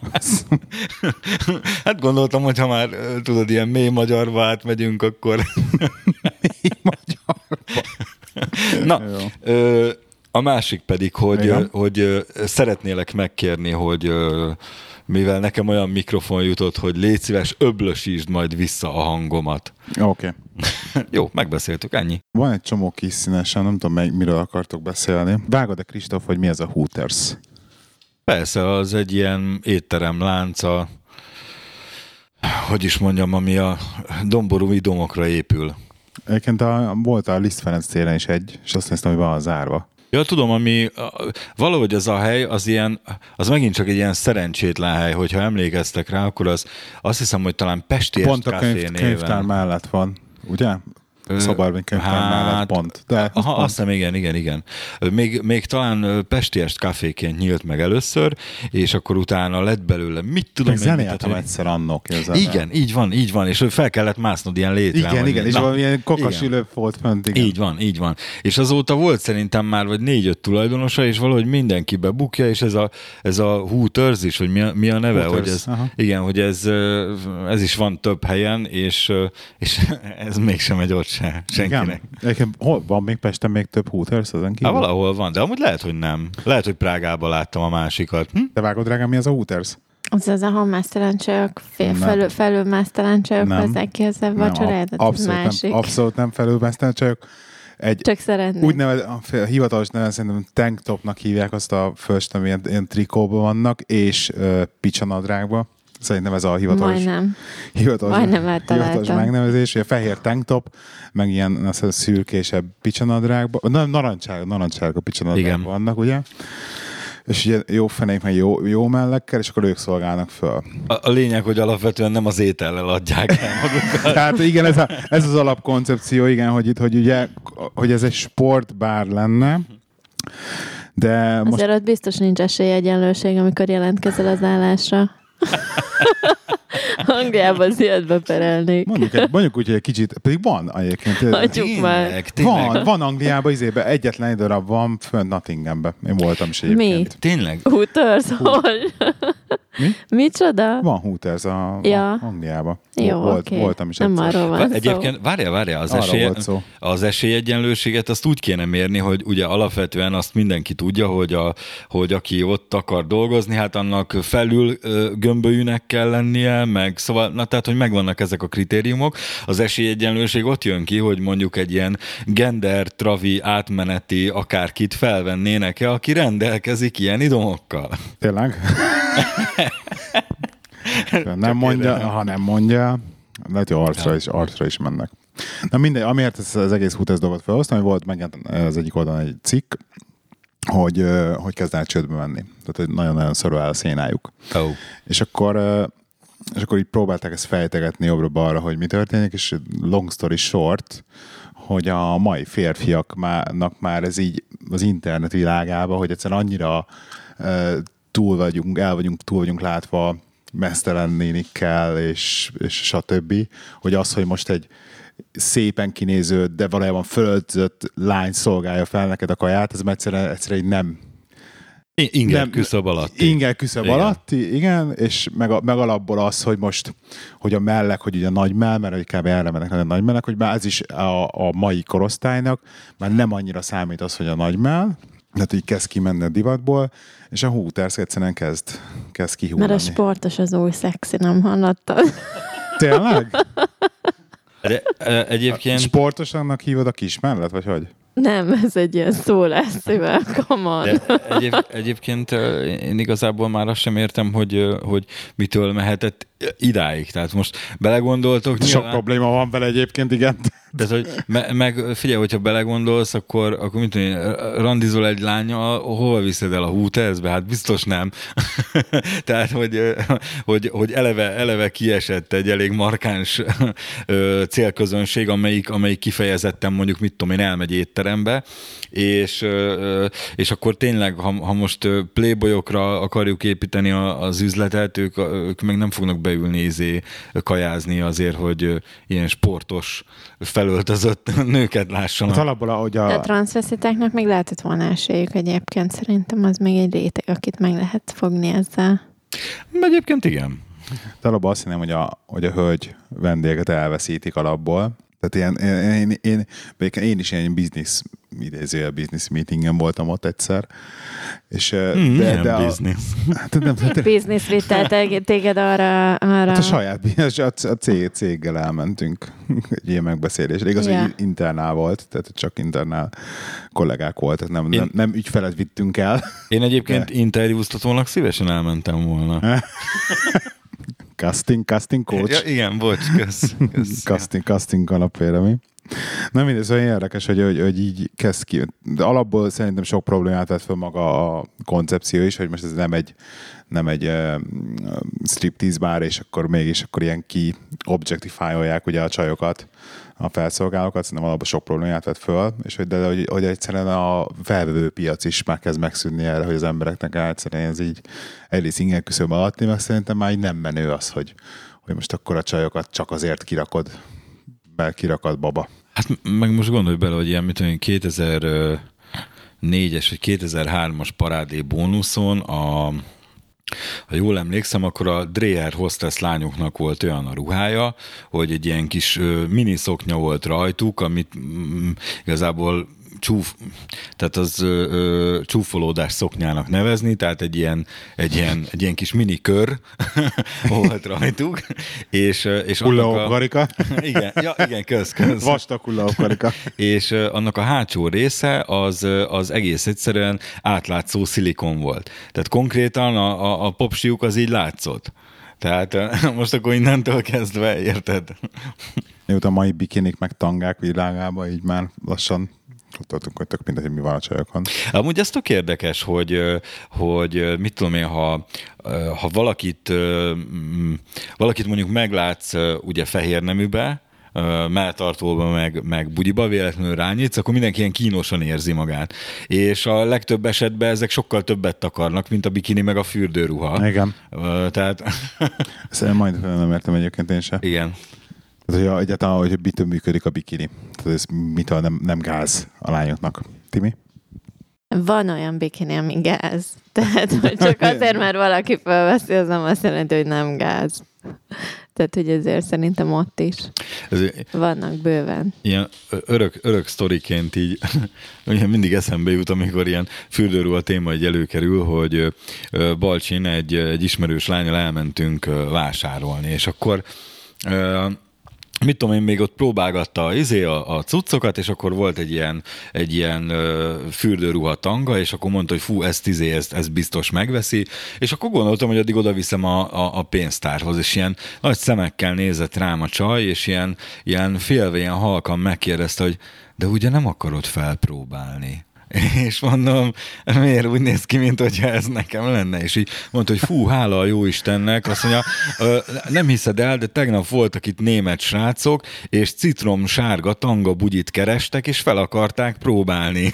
Hát gondoltam, hogy ha már tudod, ilyen mély magyarba átmegyünk, akkor... Mély magyarba. Na, a másik pedig, hogy szeretnélek megkérni, hogy mivel nekem olyan mikrofon jutott, hogy légy szíves, öblösítsd majd vissza a hangomat. Oké. Jó, megbeszéltük, ennyi. Van egy csomó kis színesen, nem tudom, miről akartok beszélni. Vágod-e, Kristóf, hogy mi ez a Hooters? Persze, az egy ilyen étterem lánca, hogy is mondjam, ami a domborúi domokra épül. Egyébként volt a Liszt Ferenc téren is egy, és azt néztem, hogy van zárva. Ja, tudom, valahogy ez a hely, az megint csak egy ilyen szerencsétlen hely, hogyha emlékeztek rá, akkor azt hiszem, hogy talán Pesti Pont a könyvtár mellett van, ugye? Szabadvény könyvtár mellett pont. De azt hiszem, igen. Még talán Pesti Est kávéként nyílt meg először, és akkor utána lett belőle, mit tudom én. Zenéltem egyszer annok. Igen, így van, és fel kellett másznod ilyen létre. Igen, és valamilyen kokasülőbb volt fönt. Igen. Így van. És azóta volt szerintem már vagy 4-5 tulajdonosa, és valahogy mindenki bebukja, és ez a Hooters is, hogy mi a neve, Hooters, hogy igen, hogy ez is van több helyen, és ez mégsem egy ott senkinek. Hol van még Pesten még több Hooters ezen kívül? Valahol van, de amúgy lehet, hogy nem. Lehet, hogy Prágában láttam a másikat. Te vágod, drágám, mi az a Hooters? Az ahol másztalancsajok, felül másztalancsajok hozzák ki az a vacsorádat, az másik. Abszolút nem felül másztalancsajok. Csak szeretnék. Úgynevezett, a hivatalos neven szerintem tanktopnak hívják azt a fölst, ami ilyen trikóban vannak, és picsanadrágban. Szerintem ez a hivatalos megnevezés, hogy a fehér tanktop, meg ilyen szürkésebb picsanadrágban, narancsárga picsanadrágban vannak, ugye? És ugye jó fenék, meg jó mellekkel, és akkor ők szolgálnak föl. A lényeg, hogy alapvetően nem az étellel adják el magukat. Tehát igen, ez az alapkoncepció, igen, hogy ez egy sportbár lenne, de most... Azért ott biztos nincs esélyegyenlőség, amikor jelentkezel az állásra. Angliában szívedbe perelnék. Mondjuk úgy, hogy egy kicsit, pedig van egyébként. Hagyjuk már. Van Angliában, egyetlen egy darab van fönt Nottinghamben. Én voltam is egyébként. Mi? Tényleg? Hooters, hogy? Mi? Micsoda? Van Hooters Angliában. Jó, voltam is nem arról van egyébként, várjál, az esélyegyenlőséget azt úgy kéne mérni, hogy ugye alapvetően azt mindenki tudja, hogy aki ott akar dolgozni, hát annak felül gömbölyűnek kell lennie, meg szóval, tehát, hogy megvannak ezek a kritériumok. Az esélyegyenlőség ott jön ki, hogy mondjuk egy ilyen gender, travi, átmeneti akárkit felvennének-e, aki rendelkezik ilyen idomokkal. Tényleg? Nem mondja, ha nem mondja, lehet, hogy arcra is mennek. Na mindegy, amiért az egész Hooters dolgot felhoztam, hogy volt megjelent az egyik oldalon egy cikk, hogy kezd el csődbe menni. Tehát, hogy nagyon-nagyon szorul el a szénájuk. Oh. És akkor így próbálták ezt fejtegetni jobbra-balra, hogy mi történik, és long story short, hogy a mai férfiaknak már ez így az internet világában, hogy egyszerűen annyira túl vagyunk látva meztelen nénikkel, és stb., hogy az, hogy most egy szépen kinéző, de valójában fölöltözött lány szolgálja fel neked a kaját, ez egyszerűen így nem... Inger küszöb alatti. Inger küszöb alatti, igen, és meg alapból az, hogy most, hogy a mellek, hogy ugye a nagy mell, mert kb. Erre mennek a nagy mellek, hogy már ez is a mai korosztálynak, már nem annyira számít az, hogy a nagy mell, tehát így kezd kimenni a divatból, és a Hooters egyszerűen kezd kihullani. Mert a sportos az új szexi, nem hallottad? Tényleg? De egyébként... Sportosannak hívod a kis mellet, vagy hogy? Nem, ez egy ilyen szólásszível, come on. Egyébként én igazából már azt sem értem, hogy mitől mehetett idáig. Tehát most belegondoltok. Sok probléma van vele egyébként, igen. Tehát, hogy meg figyelj, hogyha belegondolsz, akkor mit tudom, randizol egy lánnyal, hol viszed el a hútezbe? Hát biztos nem. Tehát, hogy eleve kiesett egy elég markáns célközönség, amelyik kifejezetten mondjuk, mit tudom én, elmegy étterembe, és akkor tényleg, ha most playboyokra akarjuk építeni az üzletet, ők meg nem fognak beülni kajázni azért, hogy ilyen sportos felöltözött nőket lássanak. Hát alapból, ahogy De a transzveszitáknak még lehetett volna esélyük egyébként. Szerintem az még egy réteg, akit meg lehet fogni ezzel. Egyébként igen. De alapból azt hiszem, hogy a hölgy vendéget elveszítik alapból. Tehát én is ilyen business meetingen voltam ott egyszer. És, de business? Business vitte téged arra... Hát a saját a céggel elmentünk egy ilyen megbeszélésre. Igaz, hogy internál volt, tehát csak internál kollégák voltak, nem ügyfelet vittünk el. Én egyébként interjúztatónak szívesen elmentem volna. Casting coach. Ja, igen, bocs, kösz. Casting alapvélemény. Nem mindegy, szóval érdekes, hogy így kezd ki. De alapból szerintem sok problémát vett fel maga a koncepció is, hogy most ez nem egy striptease bár, és akkor mégis akkor ilyen objectify-olják ugye a csajokat, a felszolgálókat, szerintem alapból sok problémát vett föl, és hogy egyszerűen a felvevő piac is már kezd megszűnni erre, hogy az embereknek egyszerűen ez így egyrészt ingyen küszöb alatni, meg szerintem már így nem menő az, hogy most akkor a csajokat csak azért kirakod baba. Hát meg most gondolj bele, hogy ilyen, mit tudom, 2004-es vagy 2003-as parádé bónuszon ha jól emlékszem, akkor a Dreher hostess lányoknak volt olyan a ruhája, hogy egy ilyen kis mini szoknya volt rajtuk, amit igazából tehát az csúfolódás szoknyának nevezni, tehát egy ilyen kis mini kör volt rajtuk, és hullahopp-karika. Igen, kösz. Vastag hullahopp-karika. És annak a hátsó része az egész egyszerűen átlátszó szilikon volt. Tehát konkrétan a popsiuk az így látszott. Tehát most akkor innentől kezdve, érted? Miután a mai bikinik meg tangák világában így már lassan tudtunk, hogy tök mindegy, hogy mi van a csajokon. Amúgy ez tök érdekes, hogy mit tudom én, ha valakit mondjuk meglátsz ugye fehér neműbe, melltartóba, meg bugyiba véletlenül rányítsz, akkor mindenki ilyen kínosan érzi magát. És a legtöbb esetben ezek sokkal többet akarnak, mint a bikini meg a fürdőruha. Igen. Tehát... Ezt majd nem értem egyébként én sem. Igen. Tehát, hogy egyáltalán, hogy mitől működik a bikini. Tehát ez mitől nem gáz a lányoknak. Timi? Van olyan bikini, ami gáz. Tehát, hogy csak azért, mert valaki felveszi, az nem azt jelenti, hogy nem gáz. Tehát, hogy ezért szerintem ott is vannak bőven. Ilyen örök sztoriként így mindig eszembe jut, amikor ilyen fürdőruha téma így előkerül, hogy Balcsin egy ismerős lánnyal elmentünk vásárolni, és akkor mit tudom én, még ott próbálgatta a cuccokat, és akkor volt egy ilyen fürdőruha tanga, és akkor mondta, hogy fú, ezt biztos megveszi, és akkor gondoltam, hogy addig oda viszem a pénztárhoz, és ilyen nagy szemekkel nézett rám a csaj, és ilyen félve, ilyen halkan megkérdezte, hogy de ugye nem akarod felpróbálni? És mondom, miért úgy néz ki, mint hogyha ez nekem lenne? És így mondta, hogy fú, hála a jó Istennek, azt mondja, nem hiszed el, de tegnap voltak itt német srácok, és citrom sárga tanga bugyit kerestek, és fel akarták próbálni.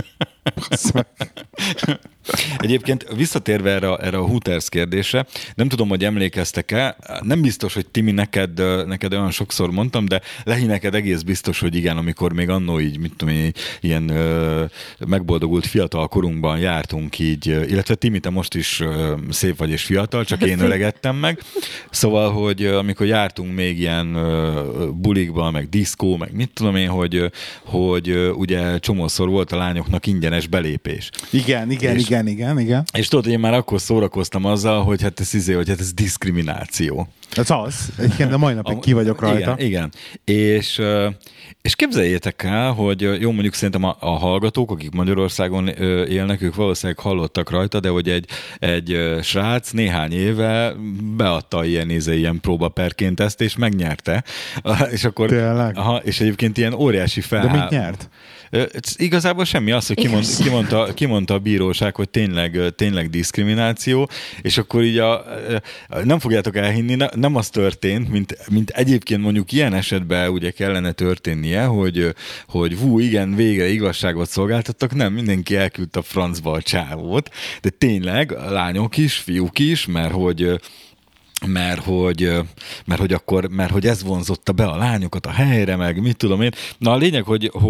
Egyébként visszatérve erre a Hooters kérdésre, nem tudom, hogy emlékeztek-e, nem biztos, hogy Timi, neked olyan sokszor mondtam, de Lehi, neked egész biztos, hogy igen, amikor még annó így, mit tudom én, ilyen megboldogult fiatal korunkban jártunk így, illetve Timi, te most is szép vagy és fiatal, csak én öregettem meg. Szóval, hogy amikor jártunk még ilyen bulikban, meg diszkó, meg mit tudom én, hogy ugye csomószor volt a lányoknak ingyenes belépés. Igen. És tudod, hogy én már akkor szórakoztam azzal, hogy hát ez diszkrimináció. Ez az. Egyébként a mai napig ki vagyok rajta. Igen. És képzeljétek el, hogy jó, mondjuk szerintem a hallgatók, akik Magyarországon élnek, ők valószínűleg hallottak rajta, de hogy egy srác néhány éve beadta ilyen próbaperként ezt, és megnyerte. És akkor, tényleg? És egyébként ilyen óriási De mit nyert? Igazából semmi, az, hogy kimondta a bíróság, hogy tényleg diszkrimináció, és akkor így nem fogjátok elhinni, nem az történt, mint egyébként mondjuk ilyen esetben ugye kellene történnie, hogy igen, végre igazságot szolgáltattak, nem, mindenki elküldte a francba a csávót, de tényleg lányok is, fiúk is, mert hogy ez vonzotta be a lányokat a helyre, meg mit tudom én. Na a lényeg,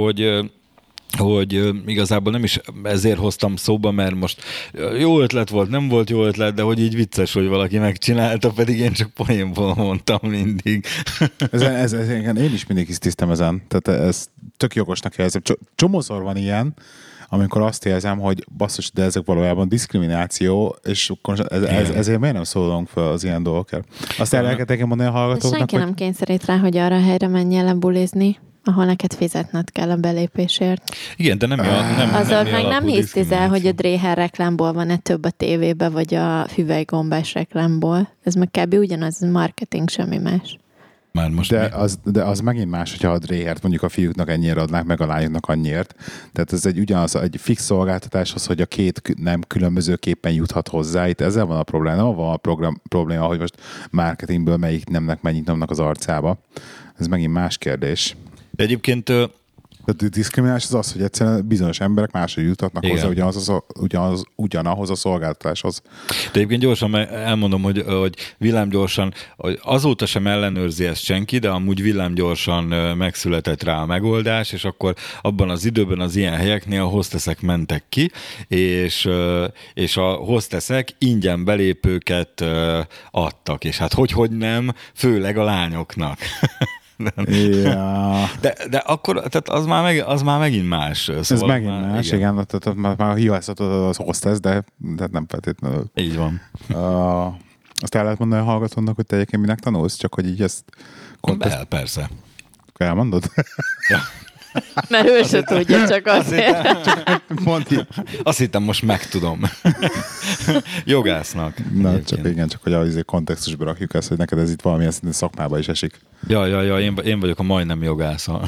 hogy igazából nem is ezért hoztam szóba, mert most jó ötlet volt, nem volt jó ötlet, de hogy így vicces, hogy valaki megcsinálta, pedig én csak poénból mondtam mindig. Én is mindig tisztem ezen. Tehát ez tök jogosnak érzem. Csomószor van ilyen, amikor azt érzem, hogy basszus, de ezek valójában diszkrimináció, és akkor ezért miért nem szólunk fel az ilyen dolgokért? Azt el lehet mondani a hallgatóknak, senki nem kényszerít rá, hogy arra a helyre menjél le bulizni, ahol neked fizetned kell a belépésért. Igen, de nem azzal meg nem hisztizel, hogy a Dréher reklámból van-e több a tévébe, vagy a hüvelygombás reklámból. Ez meg kb. Ugyanaz, marketing, semmi más. Már most de az megint más, hogyha a Dréhert mondjuk a fiúknak ennyire adnák, meg a lányoknak annyiért. Tehát ez egy fix szolgáltatáshoz, hogy a két nem különbözőképpen juthat hozzá. Itt ezzel van a probléma. Nem van a probléma, hogy most marketingből melyik nemnek mennyit nyomnak az arcába. Ez megint más kérdés. De egyébként a diszkriminálás az, hogy egyszerűen bizonyos emberek máshogy juthatnak hozzá ugyanahoz a szolgáltatáshoz. De egyébként gyorsan elmondom, hogy villámgyorsan, azóta sem ellenőrzi ezt senki, de amúgy villámgyorsan megszületett rá a megoldás, és abban az időben az ilyen helyeknél a hosteszek mentek ki, és a hosteszek ingyen belépőket adtak, és hát hogy nem, főleg a lányoknak. Ja. De akkor, tehát az már megint más. Szóval ez megint más, igen. Tehát már hibáztatod az hostess, de nem feltétlenül. Így van. Azt el lehet mondani a hallgatónak, hogy te egyébként minek tanulsz, csak hogy így ezt... Persze. Elmondod? Ja. Mert ő se tudja, csak azért. Azt hittem, most megtudom. Jogásznak. Na, csak hogy azért kontextusba rakjuk ezt, hogy neked ez itt valamilyen szintén szakmába is esik. Ja, én vagyok a majdnem jogásza.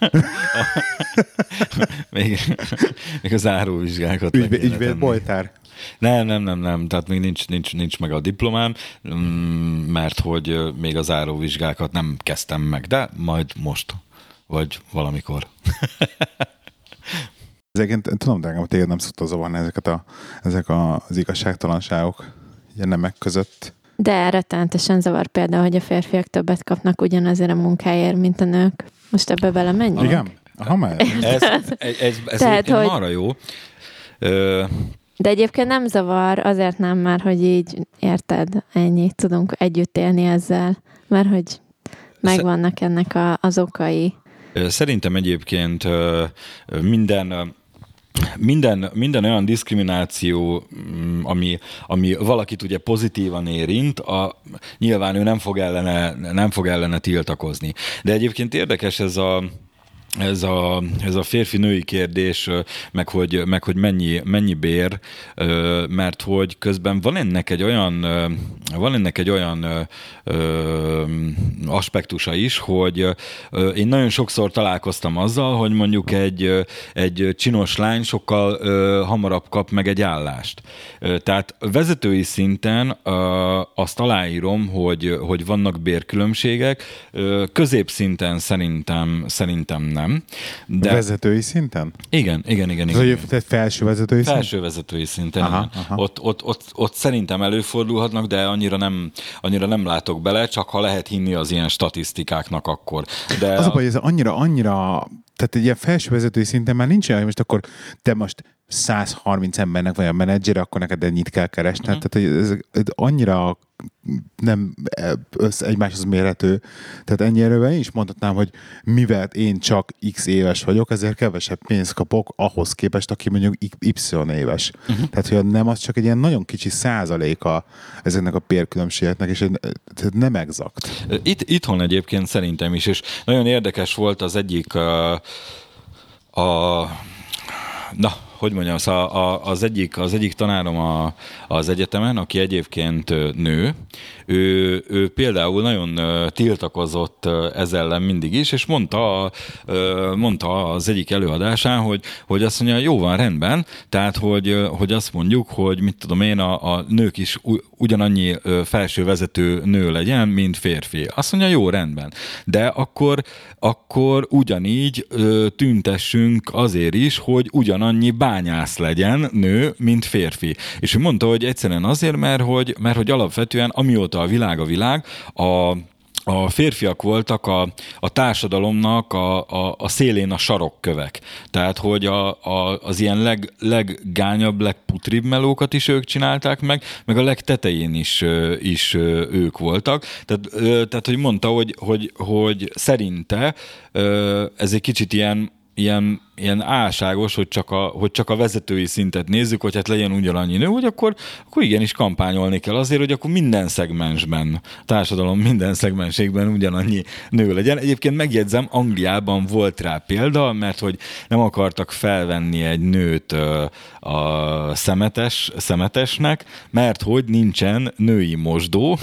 még a záróvizsgákat. Ügyvéd Bojtár. Nem. Tehát még nincs meg a diplomám, mert hogy még a záróvizsgákat nem kezdtem meg, de majd most. Vagy valamikor. Ezeket tudom, de engem téged nem szokta zavarni ezek az igazságtalanságok ilyen nemek között. De rettenetesen zavar például, hogy a férfiak többet kapnak ugyanazért a munkáért, mint a nők. Most ebbe belemenjünk? Igen? Aha, már. Ez tehát, hogy... arra jó. De egyébként nem zavar, azért nem már, hogy így érted, ennyi, tudunk együtt élni ezzel, mert hogy megvannak ennek az okai. Szerintem egyébként minden olyan diszkrimináció, ami valakit ugye pozitívan érint, nyilván ő nem fog ellene tiltakozni. De egyébként érdekes ez a férfi-női kérdés, meg hogy mennyi bér, mert hogy közben van ennek egy olyan aspektusa is, hogy én nagyon sokszor találkoztam azzal, hogy mondjuk egy csinos lány sokkal hamarabb kap meg egy állást. Tehát vezetői szinten azt aláírom, hogy vannak bérkülönbségek, középszinten szerintem nem. De... Vezetői szinten? Igen. Tehát felső vezetői szinten? Felső vezetői szinten, aha. Ott szerintem előfordulhatnak, de annyira nem látok bele, csak ha lehet hinni az ilyen statisztikáknak akkor. De az a baj, ez annyira, tehát egy ilyen felső vezetői szinten már nincs olyan, hogy most akkor te most 130 embernek vagy a menedzser, akkor neked ennyit kell keresni. Tehát ez annyira nem egymáshoz mérhető. Tehát ennyire én is mondhatnám, hogy mivel én csak X éves vagyok, ezért kevesebb pénzt kapok ahhoz képest, aki mondjuk Y éves. Tehát, hogy nem az csak egy ilyen nagyon kicsi százaléka ezeknek a bérkülönbségeknek, és nem exakt. Itthon egyébként szerintem is, és nagyon érdekes volt az egyik az egyik tanárom az egyetemen, aki egyébként nő, ő például nagyon tiltakozott ezzel ellen mindig is, és mondta az egyik előadásán, hogy azt mondja, jó van, rendben, tehát hogy azt mondjuk, hogy mit tudom én, a nők is ugyanannyi felső vezető nő legyen, mint férfi. Azt mondja, jó, rendben. De akkor ugyanígy tüntessünk azért is, hogy ugyanannyi bányász legyen nő, mint férfi. És ő mondta, hogy egyszerűen azért, mert hogy alapvetően amióta a világ, a férfiak voltak a társadalomnak a szélén a sarokkövek. Tehát, hogy az ilyen leggányabb, legputribb melókat is ők csinálták meg a legtetején is ők voltak. Tehát, hogy mondta, hogy szerinte ez egy kicsit ilyen álságos, hogy csak a vezetői szintet nézzük, hogy hát legyen ugyanannyi nő, hogy akkor igenis kampányolni kell azért, hogy akkor minden szegmensben, társadalom minden szegmensében ugyanannyi nő legyen. Egyébként megjegyzem, Angliában volt rá példa, mert hogy nem akartak felvenni egy nőt a szemetesnek, mert hogy nincsen női mosdó,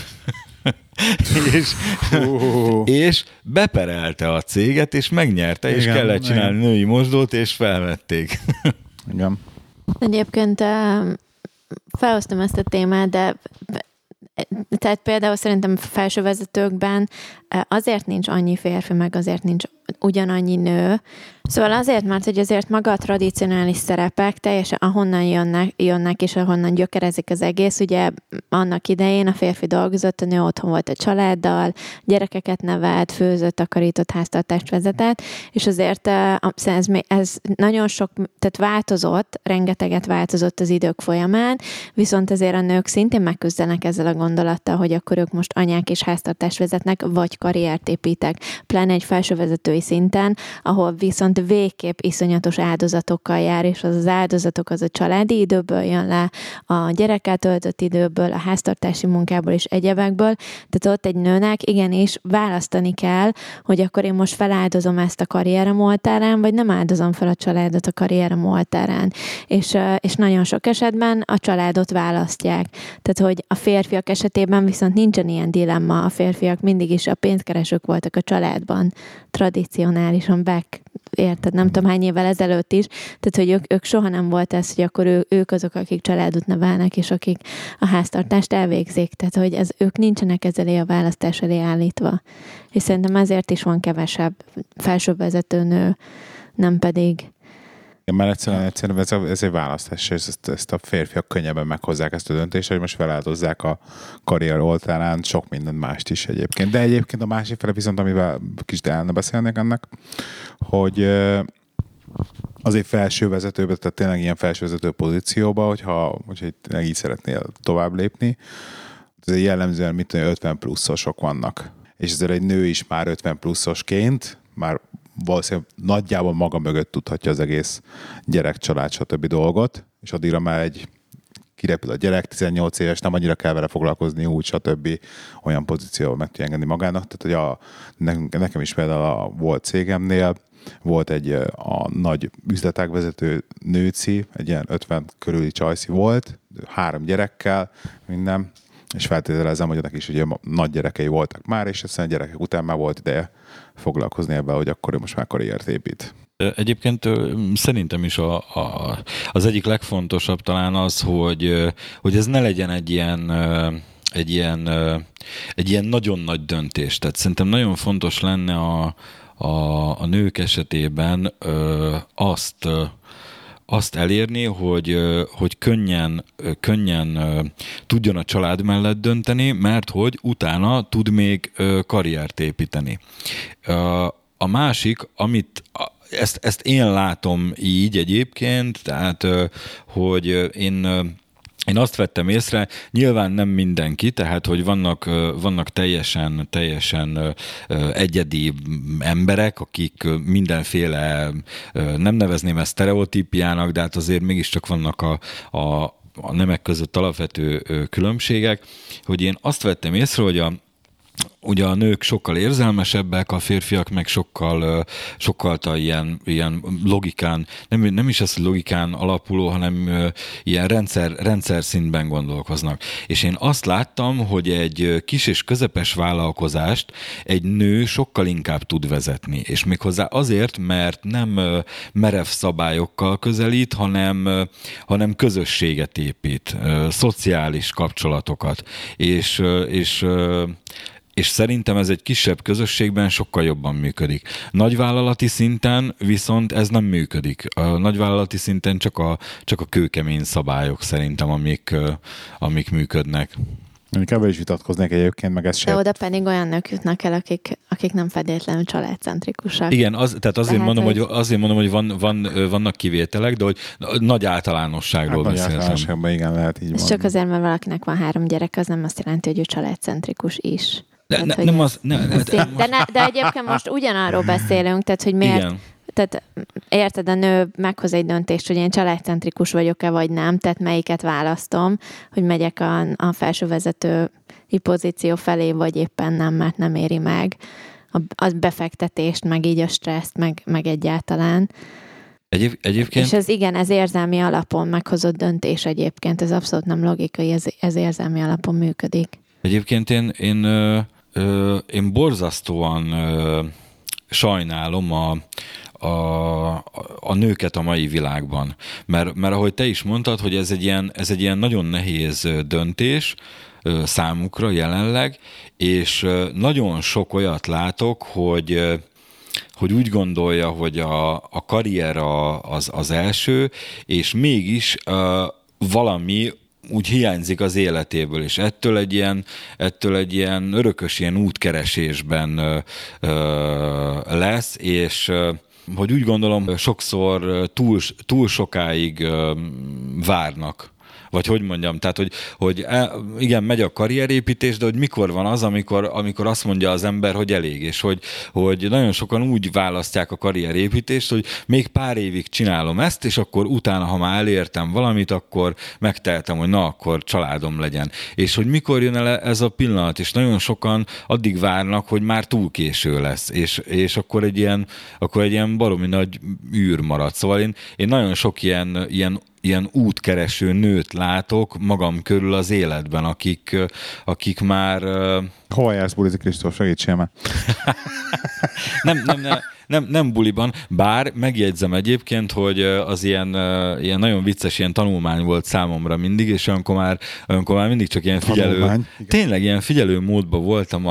és beperelte a céget, és megnyerte, és kellett csinálni női mosdót, és felvették. Igen. Egyébként felhoztam ezt a témát, de tehát például szerintem felsővezetőkben azért nincs annyi férfi, meg azért nincs ugyanannyi nő. Szóval azért, mert hogy azért maga a tradicionális szerepek teljesen ahonnan jönnek és ahonnan gyökerezik az egész. Ugye annak idején a férfi dolgozott, a nő otthon volt a családdal, gyerekeket nevelt, főzött, takarított, háztartást vezetett, és azért ez nagyon sok, tehát változott, rengeteget változott az idők folyamán, viszont azért a nők szintén megküzdenek ezzel a gondolattal, hogy akkor ők most anyák és háztartást vezetnek, vagy karriert építek, pláne egy felsővezetői szinten, ahol viszont végképp iszonyatos áldozatokkal jár, és az áldozatok az a családi időből jön le, a gyerekkel töltött időből, a háztartási munkából és egyebekből. Tehát ott egy nőnek igenis választani kell, hogy akkor én most feláldozom ezt a karrierem oltárán, vagy nem áldozom fel a családot a karrierem oltárán. És nagyon sok esetben a családot választják. Tehát, hogy a férfiak esetében viszont nincsen ilyen dilemma. A férfiak mindig is a pénzkeresők voltak a családban, tradicionálisan érted, nem tudom hány évvel ezelőtt is, tehát, hogy ők soha nem volt ez, hogy akkor ők azok, akik családot nevelnek, és akik a háztartást elvégzik, tehát, hogy ők nincsenek ezzel a választás elé állítva. És szerintem ezért is van kevesebb felsővezető nő, nem pedig. Igen, mert egyszerűen ez egy választás, és ezt a férfiak könnyebben meghozzák ezt a döntést, hogy most feláldozzák a karrier oltárán sok minden mást is egyébként. De egyébként a másik fele viszont, amivel kicsit elne beszélnék ennek, hogy azért felsővezetőbe, tehát tényleg ilyen felsővezető pozícióba, hogyha tényleg így szeretnél tovább lépni, ez jellemzően 50 pluszosok vannak. És ezért egy nő is már 50 pluszosként már valószínűleg nagyjából maga mögött tudhatja az egész gyerek, család, stb. Dolgot, és addigra már kirepül a gyerek, 18 éves, nem annyira kell vele foglalkozni, úgy, stb. Olyan pozícióval meg tudja engedni magának. Tehát, hogy nekem is például volt cégemnél, volt a nagy üzletágvezető nőci, egy ilyen 50 körüli csajszi volt, 3 gyerekkel, minden, és feltételezem, hogy ennek is ugye nagy gyerekei voltak már, és aztán a gyerekek után már volt ideje foglalkozni ebben, hogy akkor most már karriert épít. Egyébként szerintem is az egyik legfontosabb talán az, hogy ez ne legyen egy ilyen nagyon nagy döntés. Tehát szerintem nagyon fontos lenne a nők esetében azt elérni, hogy könnyen tudjon a család mellett dönteni, mert hogy utána tud még karriert építeni. A másik, amit ezt én látom így egyébként, tehát hogy én azt vettem észre, nyilván nem mindenki, tehát hogy vannak teljesen egyedi emberek, akik mindenféle, nem nevezném ezt sztereotípiának, de hát azért mégiscsak vannak a nemek között alapvető különbségek, hogy én azt vettem észre, hogy ugye a nők sokkal érzelmesebbek, a férfiak meg sokkal ilyen logikán, nem is az logikán alapuló, hanem ilyen rendszer szintben gondolkoznak. És én azt láttam, hogy egy kis és közepes vállalkozást egy nő sokkal inkább tud vezetni. És méghozzá azért, mert nem merev szabályokkal közelít, hanem közösséget épít, szociális kapcsolatokat. És szerintem ez egy kisebb közösségben sokkal jobban működik. Nagyvállalati szinten viszont ez nem működik. A nagyvállalati szinten csak a kőkemény szabályok szerintem, amik működnek. Ebben is vitatkoznék egyébként, meg ez sem. De oda pedig olyan nők jutnak el, akik nem feltétlenül családcentrikusak. Igen, tehát azért mondom, hogy vannak kivételek, de hogy nagy általánosságról beszéltem. Nagy általánosságban igen, lehet így mondani. Csak azért, mert valakinek van 3 gyerek, az nem azt jelenti, hogy ő családcentrikus is. De egyébként most ugyanarról beszélünk, tehát hogy miért... Igen. Tehát érted, a nő meghoz egy döntést, hogy én családcentrikus vagyok-e, vagy nem, tehát melyiket választom, hogy megyek a felsővezetői pozíció felé, vagy éppen nem, mert nem éri meg a befektetést, meg így a stresszt, meg egyáltalán. Egyébként... És ez érzelmi alapon meghozott döntés egyébként, ez abszolút nem logikai, ez érzelmi alapon működik. Egyébként én borzasztóan sajnálom a nőket a mai világban. Mert ahogy te is mondtad, hogy ez egy ilyen nagyon nehéz döntés számukra jelenleg, és nagyon sok olyat látok, hogy úgy gondolja, hogy a karrier az első, és mégis valami úgy hiányzik az életéből, és ettől egy ilyen örökös ilyen útkeresésben lesz, és hogy úgy gondolom, sokszor túl sokáig várnak. Vagy hogy mondjam, tehát, hogy igen, megy a karrierépítés, de hogy mikor van az, amikor azt mondja az ember, hogy elég, és hogy nagyon sokan úgy választják a karrierépítést, hogy még pár évig csinálom ezt, és akkor utána, ha már elértem valamit, akkor megtehetem, hogy na, akkor családom legyen. És hogy mikor jön el ez a pillanat, és nagyon sokan addig várnak, hogy már túl késő lesz, és akkor egy ilyen baromi nagy űr marad. Szóval én nagyon sok ilyen útkereső nőt látok magam körül az életben, akik már... Hol jársz, Bulizi Kristóf? Segítsél már! Nem buliban, bár megjegyzem egyébként, hogy az ilyen nagyon vicces ilyen tanulmány volt számomra mindig, és olyankor már mindig csak ilyen figyelő... Tényleg ilyen figyelő módban voltam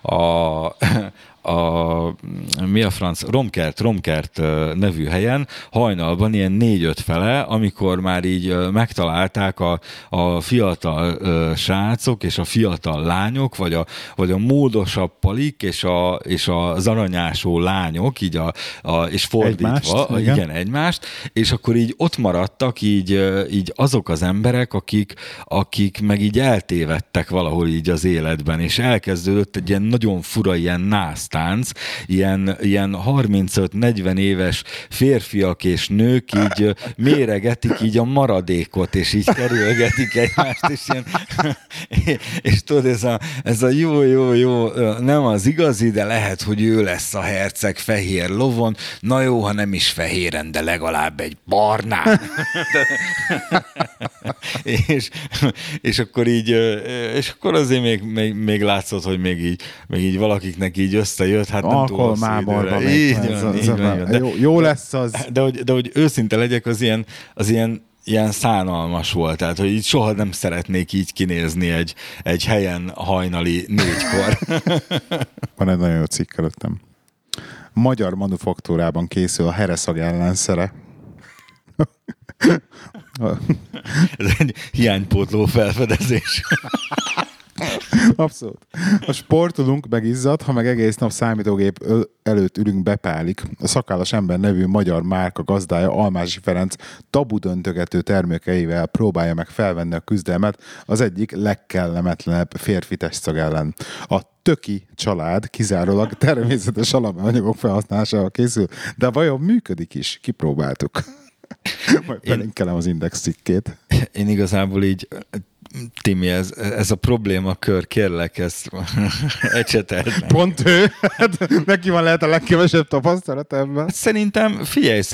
mi a franc, Romkert nevű helyen, hajnalban ilyen 4-5 fele, amikor már így megtalálták a fiatal srácok és a fiatal lányok, vagy a módosabb palik és az aranyásó lányok, így és fordítva, egymást, és akkor így ott maradtak így azok az emberek, akik meg így eltévedtek valahol így az életben, és elkezdődött egy ilyen nagyon fura ilyen násztánc, ilyen 35-40 éves férfiak és nők így méregetik így a maradékot, és így kerülgetik egymást, és tudod, ez a jó, nem az igazi, de lehet, hogy ő lesz a herceg fehér lovon, na jó, ha nem is fehéren, de legalább egy barnán. és akkor azért még látszott, hogy még így valakiknek így összejött, hát nem túl hosszú időre. Jó lesz az. De hogy őszinte legyek, az ilyen szánalmas volt, tehát hogy így soha nem szeretnék így kinézni egy helyen hajnali 4-kor. Van egy nagyon jó cikk előttem. Magyar manufaktúrában készül a hereszag ellenszere. Ez egy hiánypótló felfedezés. Abszolút. A sportolunk megizzad, ha meg egész nap számítógép előtt ülünk bepálik. A Szakállas ember nevű magyar márka gazdája Almási Ferenc tabu döntögető termékeivel próbálja meg felvenni a küzdelmet az egyik legkellemetlenebb férfi testszag ellen. A Töki család kizárólag természetes alapanyagok felhasználásával készül, de vajon működik is? Kipróbáltuk. Majd belinkelem az Index cikkét. Én igazából így, Timi, ez a problémakör, kérlek, ezt ecseteld. Pont ő? Hát, neki van lehet a legkevesebb tapasztalat ebben. Szerintem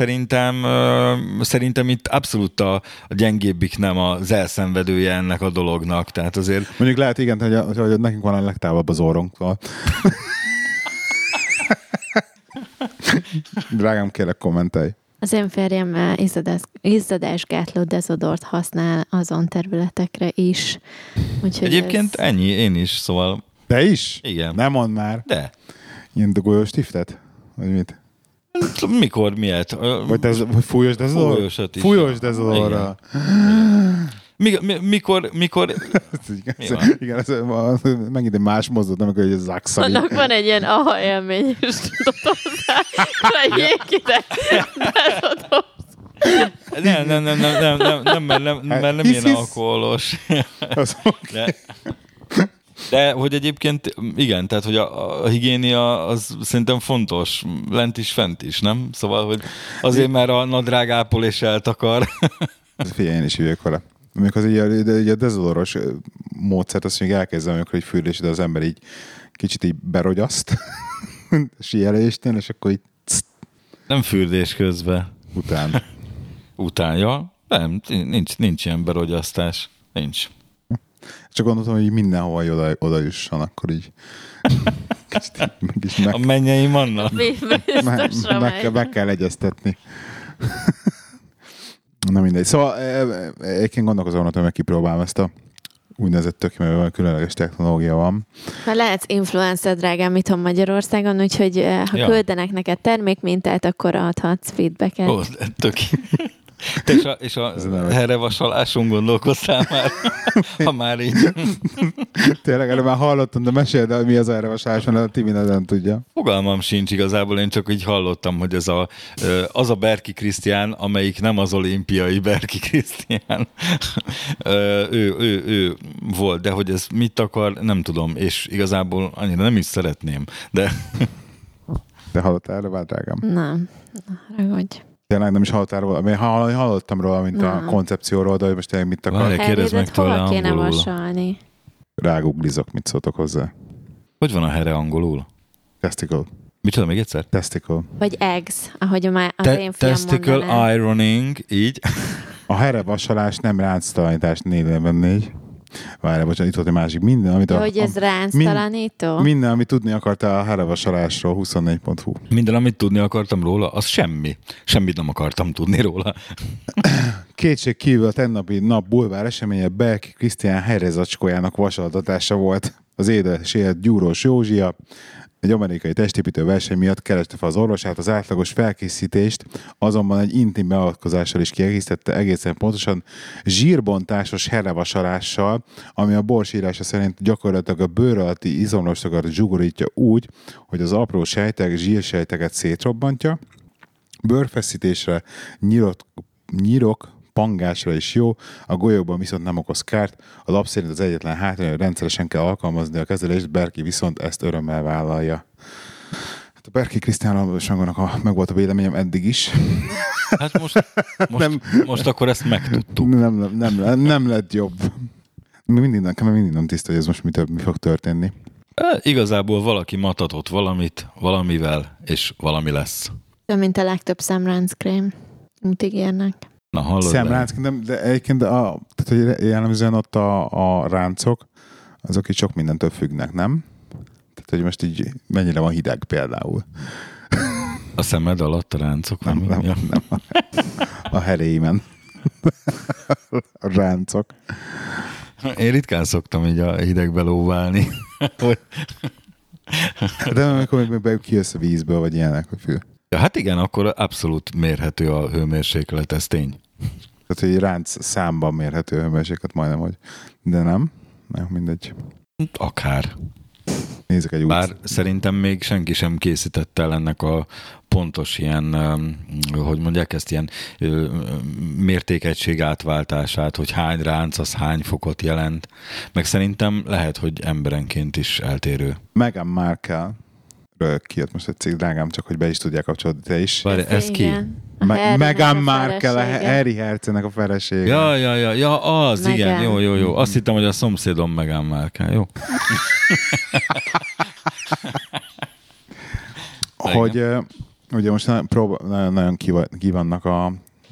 itt abszolút a gyengébbik nem az elszenvedője ennek a dolognak. Tehát azért... Mondjuk lehet igen, hogy nekünk van a legtávolabb az orrunktól. Drágám, kérlek, kommentelj. Az én férjem izzadásgátló dezodort használ azon területekre is. Úgyhogy egyébként ennyi, én is, szóval... Te is? Igen. Nem mondd már. De. Ilyen dugólyos tiftet? Vagy mit? Mikor, miért? Vagy fújós dezodor? Fújósat is. Fújós dezodorra. Mikor... Igen, ez megint egy más mozdult, amikor egy zakszali. Annak van egy ilyen aha élmény, és tudod hozzá, vegyék ide, Nem, mert nem ilyen alkoholos. De hogy egyébként igen, tehát hogy a higiénia az szerintem fontos, lent is, fent is, nem? Szóval, hogy azért, mert a nadrág ápol és eltakar. Figyelj, én is hívják vele. Amikor az a dezodoros módszert, azt még elkezdem, amikor egy fürdés, de az ember így kicsit így berogyaszt síelésnél, és akkor így nem fürdés közben. Után, ja? Nem, nincs ilyen berogyasztás. Nincs. Csak gondoltam, hogy mindenhova oda jusson, akkor így a mennyeim annak. Meg kell egyeztetni. Na mindegy. Szóval egyébként gondolkozom, hogy meg kipróbálom ezt a úgynevezett tök, mert olyan különleges technológia van. Ha lehetsz influencer, drágám, itthon Magyarországon, úgyhogy ha küldenek neked termékmintát, akkor adhatsz feedbacket. Ó, tök. És a herrevasaláson gondolkoztál már, ha már így. Tényleg, erre már hallottam, de meséld el, mi az herrevasalás, mert a Timi nem tudja. Fogalmam sincs igazából, én csak így hallottam, hogy ez az a Berki Krisztián, amelyik nem az olimpiai Berki Krisztián. ő volt, de hogy ez mit akar, nem tudom, és igazából annyira nem is szeretném, de... De hallottál erre, már drágám? Nem, ragadj. Tényleg nem is hallottál róla. Hallottam róla, mint a koncepcióról, de most tényleg mit akar. Kérdezz meg tőle hova kéne angolul. vasalni? Ráguglizok, mit szóltok hozzá. Hogy van a here angolul? Testicle. Micsoda, még egyszer? Testicle. Vagy eggs, ahogy már az én fiam Testicle mondaná. ironing, így. A herrevasalás nem ránctalanítás 4/4. Várjál, bocsánat, itt volt egy másik. Minden, amit hogy ez ránctalanító? Minden, amit tudni akartál a herrevasalásról, 24.hu. Minden, amit tudni akartam róla, az semmi. Semmit nem akartam tudni róla. Kétség kívül a tegnapi nap bulvár eseménye Berki Krisztián herrezacskójának vasaltatása volt. Az édes élet Gyúrós Józsia egy amerikai testépítő verseny miatt kereste fel az orvosát, az átlagos felkészítést azonban egy intim beavatkozással is kiegészítette, egészen pontosan zsírbontásos herrevasalással, ami a Bors írása szerint gyakorlatilag a bőr alatti izomlostokat zsugorítja úgy, hogy az apró sejtek, zsírsejteket szétrobbantja, bőrfeszítésre, nyirok, pangásra is jó, a golyóban viszont nem okoz kárt. A lap szerint az egyetlen hátrány, hogy rendszeresen kell alkalmazni a kezelést, Berki viszont ezt örömmel vállalja. Hát a Berki Krisztián Sangonak meg volt a véleményem eddig is. Hát most akkor ezt megtudtuk. Nem lett jobb. Mindig nem tiszta, hogy ez most mi fog történni. Igazából valaki matatott valamivel, és valami lesz. Mint a legtöbb szemránckrém, mint ígérnek. Na, hallod? Szemránc, de egyébként tehát, hogy jellemzően ott a ráncok, azok így sok mindentől függnek, nem? Tehát, hogy most így mennyire van hideg például. A szemed alatt a ráncok? Nem. A heréimen. A ráncok. Én ritkán szoktam így a hidegbe lóválni. De amikor még kijössz a vízből, vagy ilyenek, hogy fül. Ja, hát igen, akkor abszolút mérhető a hőmérséklet, ez tény. Tehát, hogy ránc számban mérhető a hőmérséklet majdnem, hogy de nem, mindegy. Akár. Nézzük egy Bár szerintem még senki sem készítette el ennek a pontos ilyen, hogy mondják ezt, ilyen mértékegység átváltását, hogy hány ránc, az hány fokot jelent. Meg szerintem lehet, hogy emberenként is eltérő. Meghan Markle kijött most egy cég, drágám, csak hogy be is tudják kapcsolni te is. Várj, ez ki? Meghan Markle, Harry Hercegnek a felesége. Ja, az, Meghan. igen, jó. Azt hittem, hogy a szomszédom Meghan Markle, jó. Hogy ugye most nagyon ki vannak a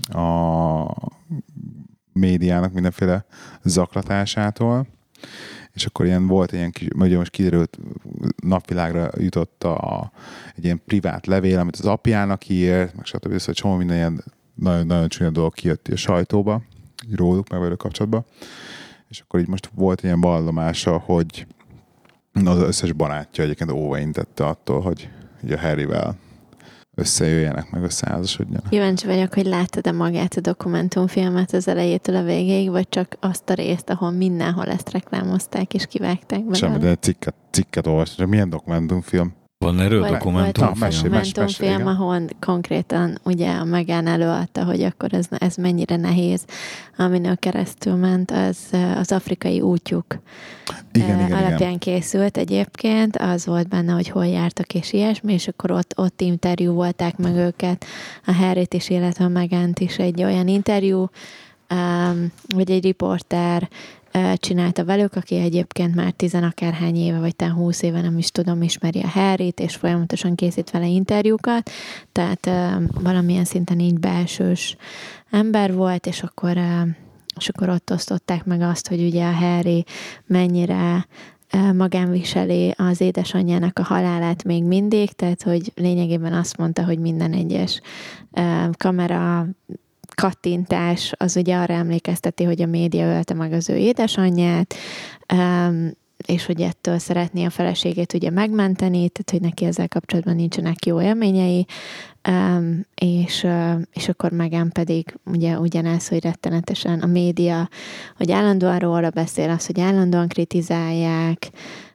médiának mindenféle zaklatásától, és akkor ilyen volt ilyen kis, ugye most kiderült, napvilágra jutott egy ilyen privát levél, amit az apjának írt, meg stb. Szóval csomó minden ilyen nagyon csúnya dolog kijött a sajtóba, róluk, meg velük kapcsolatban. És akkor így most volt ilyen vallomása, hogy az összes barátja egyébként óvaintette attól, hogy a Harryvel összejöjjenek, meg összeházasodjanak. Kíváncsi vagyok, hogy láttad-e magát a dokumentumfilmet az elejétől a végéig, vagy csak azt a részt, ahol mindenhol ezt reklámozták és kivágták belőle? Semmi, de cikket olvastam. Milyen dokumentumfilm? Van erről Volt dokumentumfilm? dokumentumfilm, ahol konkrétan ugye a Meghan előadta, hogy akkor ez mennyire nehéz, amin keresztül ment, az afrikai útjuk Igen, alapján készült egyébként, az volt benne, hogy hol jártak és ilyesmi, és akkor ott interjú volták meg őket, a Harryt is, illetve a Meghant is egy olyan interjú, vagy egy riporter csinálta velük, aki egyébként már 10 akárhány éve, vagy talán 20 éve, nem is tudom, ismeri a Harryt, és folyamatosan készít vele interjúkat, tehát valamilyen szinten így belsős ember volt, és akkor ott osztották meg azt, hogy ugye a Harry mennyire magán viseli az édesanyjának a halálát még mindig, tehát hogy lényegében azt mondta, hogy minden egyes kamera kattintás, az ugye arra emlékezteti, hogy a média ölte meg az ő édesanyját, és hogy ettől szeretné a feleségét ugye megmenteni, tehát hogy neki ezzel kapcsolatban nincsenek jó élményei, és akkor Meghan pedig ugye ugyanez, hogy rettenetesen a média, hogy állandóan róla beszél, az, hogy állandóan kritizálják,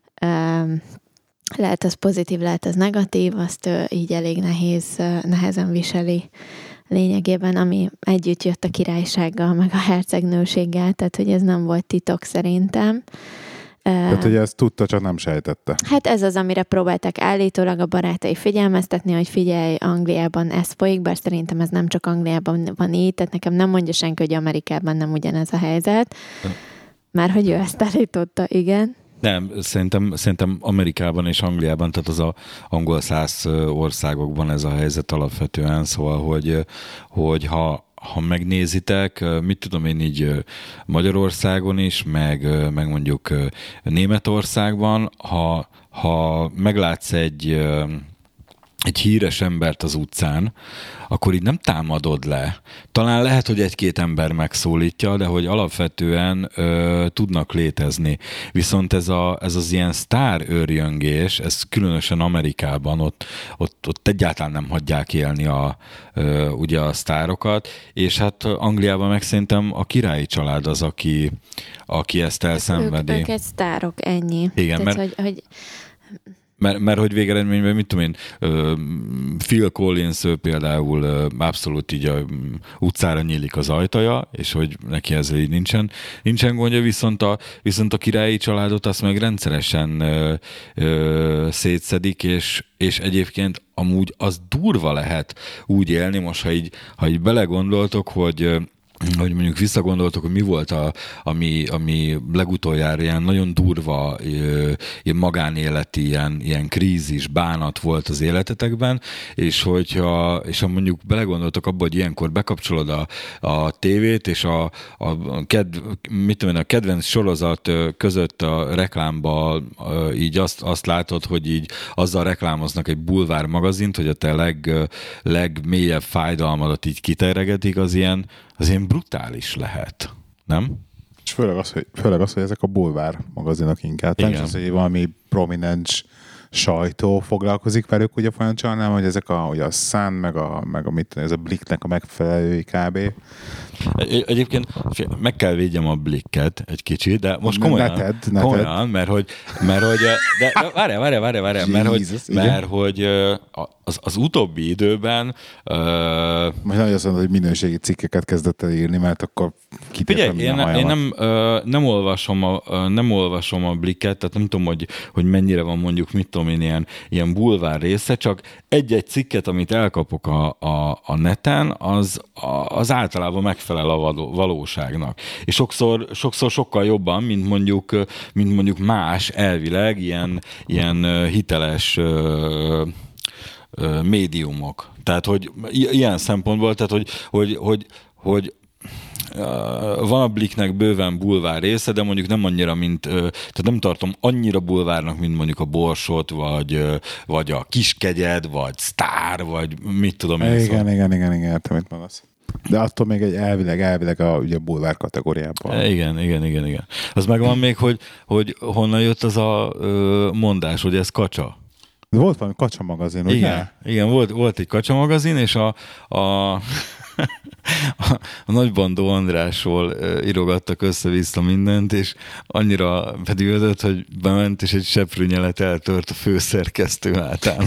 lehet az pozitív, lehet az negatív, azt így elég nehezen viseli lényegében, ami együtt jött a királysággal, meg a hercegnőséggel, tehát hogy ez nem volt titok szerintem. Tehát, hogy ezt tudta, csak nem sejtette. Hát ez az, amire próbáltak állítólag a barátai figyelmeztetni, hogy figyelj, Angliában ez folyik, bár szerintem ez nem csak Angliában van így, tehát nekem nem mondja senki, hogy Amerikában nem ugyanez a helyzet. Már hogy ő ezt állította, igen. Nem, szerintem Amerikában és Angliában, tehát az angol száz országokban ez a helyzet alapvetően, szóval, hogy ha megnézitek, mit tudom én így Magyarországon is, meg mondjuk Németországban, ha meglátsz egy híres embert az utcán, akkor így nem támadod le. Talán lehet, hogy egy-két ember megszólítja, de hogy alapvetően tudnak létezni. Viszont ez az ilyen sztár őrjöngés, ez különösen Amerikában, ott egyáltalán nem hagyják élni ugye a sztárokat, és hát Angliában meg szerintem a királyi család az, aki ezt elszenvedi. Ők egy sztárok, ennyi. Igen, tehát, hogy mert hogy végeredményben, mit tudom én, Phil Collins például abszolút így a utcára nyílik az ajtaja, és hogy neki ezzel így nincsen gondja, viszont a királyi családot azt meg rendszeresen szétszedik, és egyébként amúgy az durva lehet úgy élni, most ha így belegondoltok, hogy mondjuk visszagondoltok, hogy mi volt ami legutoljára ilyen nagyon durva ilyen magánéleti, ilyen krízis, bánat volt az életetekben, és ha mondjuk belegondoltok abba, hogy ilyenkor bekapcsolod a tévét, és a kedvenc sorozat között a reklámba így azt látod, hogy így azzal reklámoznak egy bulvár magazint, hogy a te legmélyebb fájdalmadat így kiteregetik, az ilyen brutális lehet, nem? És főleg az, hogy ezek a bulvár magazinok inkább. Nem az, hogy valami prominens sajtó foglalkozik velük ugye folyamatosan, hanem hogy ezek ugye a Sun, meg a ez a Blicknek a megfelelői kb. Egyébként meg kell védjem a Blicket egy kicsit, de most komolyan, komolyan mert hogy de várjál, mert hogy az utóbbi időben most nagyon azt mondod, hogy minőségi cikkeket kezdett el írni, mert akkor kitértem én nem olvasom a Blicket, tehát nem tudom, hogy mennyire van mondjuk, mit tudom én, ilyen bulvár része, csak egy-egy cikket, amit elkapok a neten, az általában megfelel a valóságnak. És sokszor sokkal jobban, mint mondjuk más elvileg ilyen hiteles médiumok. Tehát, hogy ilyen szempontból, tehát, hogy van a Blicknek bőven bulvár része, de mondjuk nem annyira, tehát nem tartom annyira bulvárnak, mint mondjuk a Borsot, vagy a Kiskegyed, vagy Sztár, vagy mit tudom én. Igen, értem, mit mondasz. De attól még egy elvileg ugye bulvár kategóriában. Igen. Az megvan még, hogy honnan jött az a mondás, hogy ez kacsa. De volt valami kacsa magazin, ugye? Igen, volt egy kacsa magazin, és a Nagybandó Andrásról írogattak össze-vissza mindent, és annyira pedülődött, hogy bement, és egy seprűnyelet eltört a főszerkesztő hátán.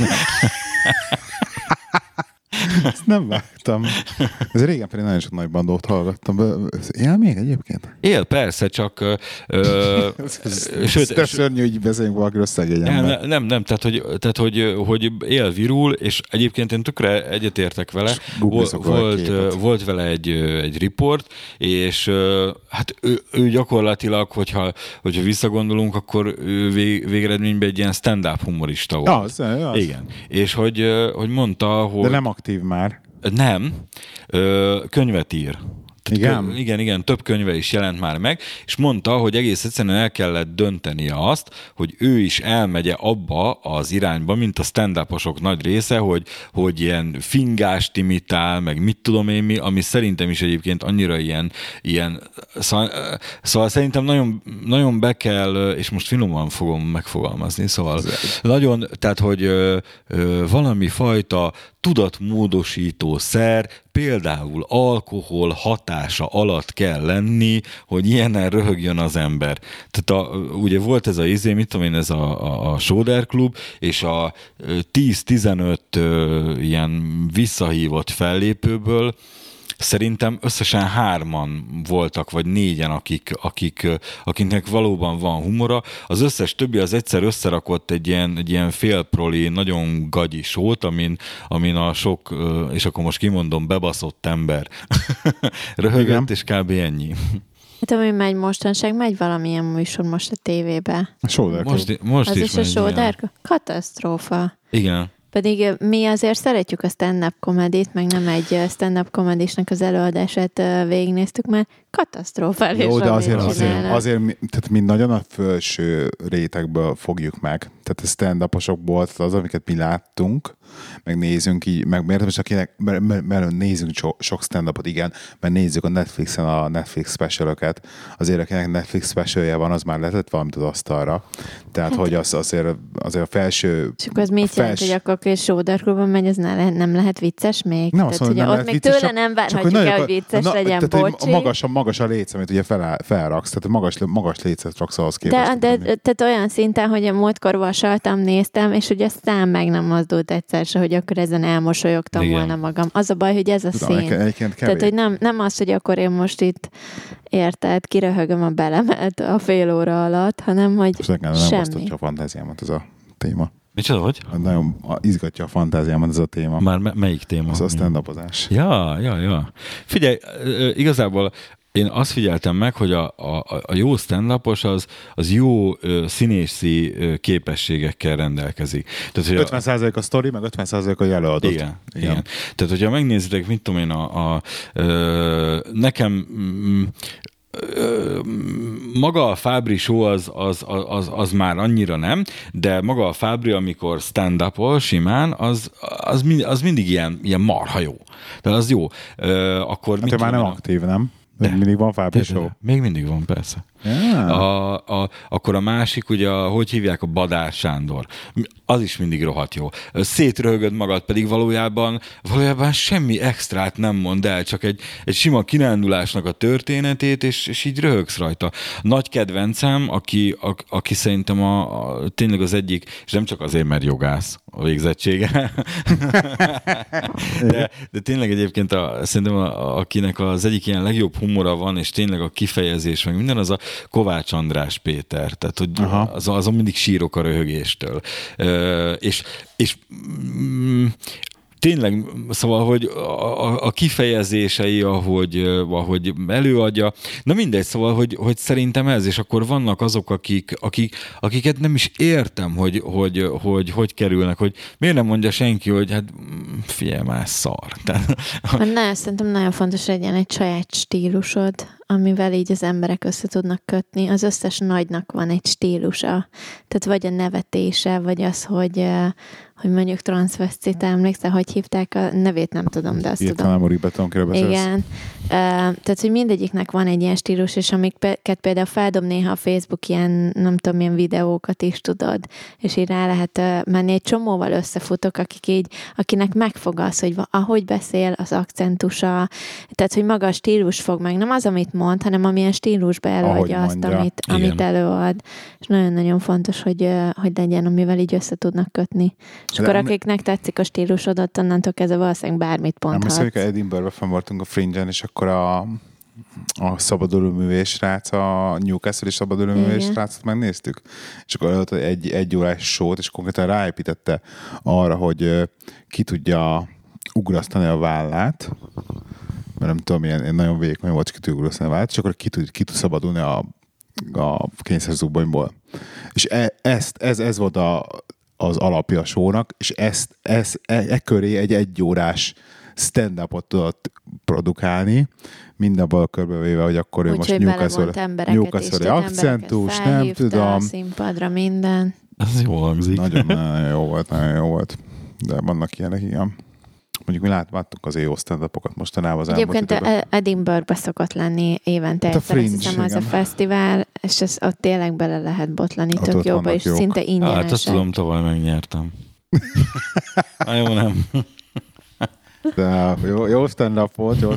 Ezt nem vágtam. Ez régen pedig nagyon sok Nagybandót hallgattam. Él még egyébként? Él, persze, csak... Sőt, szörnyű, hogy beszéljünk valakiről szegény ember. Nem, tehát hogy él virul, és egyébként én tökre egyetértek vele. Volt vele egy riport, és hát ő gyakorlatilag, hogyha visszagondolunk, akkor ő végeredményben egy ilyen stand-up humorista volt. Az. Igen. És hogy mondta, hogy... De nem aktív már. Nem. Könyvet ír. Igen? Igen, több könyve is jelent már meg, és mondta, hogy egész egyszerűen el kellett döntenie azt, hogy ő is elmegye abba az irányba, mint a stand-uposok nagy része, hogy ilyen fingást imitál, meg mit tudom én mi, ami szerintem is egyébként annyira ilyen szóval szerintem nagyon, nagyon be kell, és most finoman fogom megfogalmazni, szóval nagyon, tehát, hogy valami fajta tudatmódosító szer, például alkohol hatása alatt kell lenni, hogy ilyenen röhögjön az ember. Tehát ugye volt ez mit tudom én, ez a Soder Klub, és a 10-15 ilyen visszahívott fellépőből szerintem összesen 3 voltak, vagy 4, akiknek valóban van humora. Az összes többi az egyszer összerakott egy ilyen félproli, nagyon gagyi sót, amin a sok, és akkor most kimondom, bebaszott ember röhögött, és kb. Ennyi. Hát ami megy mostanság, megy valamilyen műsor most a tévébe. A Soder. Most az is a Soder? Katasztrófa. Igen. Pedig mi azért szeretjük a stand-up komedit, meg nem egy stand-up komedisnek az előadását végignéztük, mert katasztrofális. Jó, de azért tehát mi nagyon a felső rétegből fogjuk meg. Tehát a stand-uposokból, az, amiket mi láttunk, meg nézünk így, meg miért most akinek, mert nézünk sok stand-upot, igen, mert nézzük a Netflixen a Netflix specialokat. Azért, akinek Netflix specialja van, az már letett valamit az asztalra. Tehát, hát, hogy azért a felső... És akkor az mit jelent, hogy akkor a Soder Klubban megy, az nem lehet vicces még? Nem, tehát, hogy ott még tőle nem várhatjuk el, hogy vicces legyen, bocsi. Magas a léc, amit ugye felraksz, tehát magas lécet raksz ahhoz képest. De tehát olyan szinten, hogy a múltkor vasaltam, néztem, és ugye szám meg nem mozdult egyszer se, hogy akkor ezen elmosolyogtam volna magam. Az a baj, hogy ez a szín. Tehát, hogy nem az, hogy akkor én most itt érted, kiröhögöm a belemelt a fél óra alatt, hanem hogy semmi. Nem osztatja a fantáziámat ez a téma. Micsoda, hogy? Nagyon izgatja a fantáziámat ez a téma. Már melyik téma? Az a stand-upozás. Ja. Figyelj, igazából én azt figyeltem meg, hogy a jó stand-upos az jó színészi képességekkel rendelkezik. Tehát, 50% a sztori, meg 50% a előadott. Igen. Tehát, hogyha megnézitek, mit tudom én, nekem maga a Fábri show az már annyira nem, de maga a Fábri, amikor stand-up-ol simán, az mindig ilyen marha jó. Tehát az jó. Akkor hát már nem aktív, nem? Még mindig van Fábri Show? Még mindig van, persze. Yeah. Akkor a másik, ugye, hogy hívják, a Badár Sándor. Az is mindig rohadt jó. Szétröhögöd magad, pedig valójában semmi extrát nem mond el, csak egy sima kirándulásnak a történetét, és így röhögsz rajta. Nagy kedvencem, aki szerintem tényleg az egyik, és nem csak azért, mert jogász a végzettsége, de tényleg egyébként szerintem akinek az egyik ilyen legjobb humora van, és tényleg a kifejezés, meg minden, az a Kovács András Péter. Tehát, hogy azon mindig sírok a röhögéstől. És tényleg, szóval, hogy a kifejezései, ahogy előadja, na mindegy, szóval, hogy szerintem ez, és akkor vannak azok, akiket nem is értem, hogy kerülnek, hogy miért nem mondja senki, hogy hát figyelj már, szar. Szerintem nagyon fontos legyen egy saját stílusod, amivel így az emberek össze tudnak kötni. Az összes nagynak van egy stílusa. Tehát vagy a nevetése, vagy az, hogy mondjuk transvestita, emlékszel, hogy hívták a nevét, nem tudom, de azt tudom. Talán Mori Betonkiről beszélsz. Igen. Tehát, hogy mindegyiknek van egy ilyen stílus, és amiket például feldob néha a Facebook ilyen, nem tudom, ilyen videókat is tudod, és így rá lehet menni. Egy csomóval összefutok, akinek megfog az, hogy ahogy beszél, az akcentusa, tehát, hogy maga a stílus fog meg, nem az, amit mond, hanem amilyen stílusba előadja azt, amit előad. És nagyon-nagyon fontos, hogy legyen, amivel így össze tudnak kötni. És akkor akiknek tetszik a stílusodat, onnantól kezdve valószínűleg bármit ponthatsz. Amikor Edinburgh-ben fenn voltunk a Fringe-en, és akkor a szabadulóművés srác, a Newcastle és szabadulóművés srácot megnéztük. És akkor ott egy órás sót, és konkrétan ráépítette arra, hogy ki tudja ugrasztani a vállát, mert nem tudom, ilyen nagyon vékony volt, ki tudja ugrasztani a vállát, és akkor ki tud szabadulni a kényszerzubonyból. És ez volt az alapja a show-nak, és köré egy órás stand-upot tudott produkálni, mindenből körbevéve, hogy akkor ő most Newcastle akcentus, nem tudom. Színpadra minden. Ez jó hangzik. Nagyon jó volt. De vannak ilyenek, igen. Mondjuk mi láttuk az jó stand-upokat mostanában az elmúlt időben. Egyébként Edinburgh-ba szokott lenni évente egyszer, azt hiszem az a fesztivál, és ott tényleg bele lehet botlani tök jóba, és szinte ingyenesek. Hát azt tudom, tavaly megnyertem. Jó, nem. De jó stand-up volt, jó.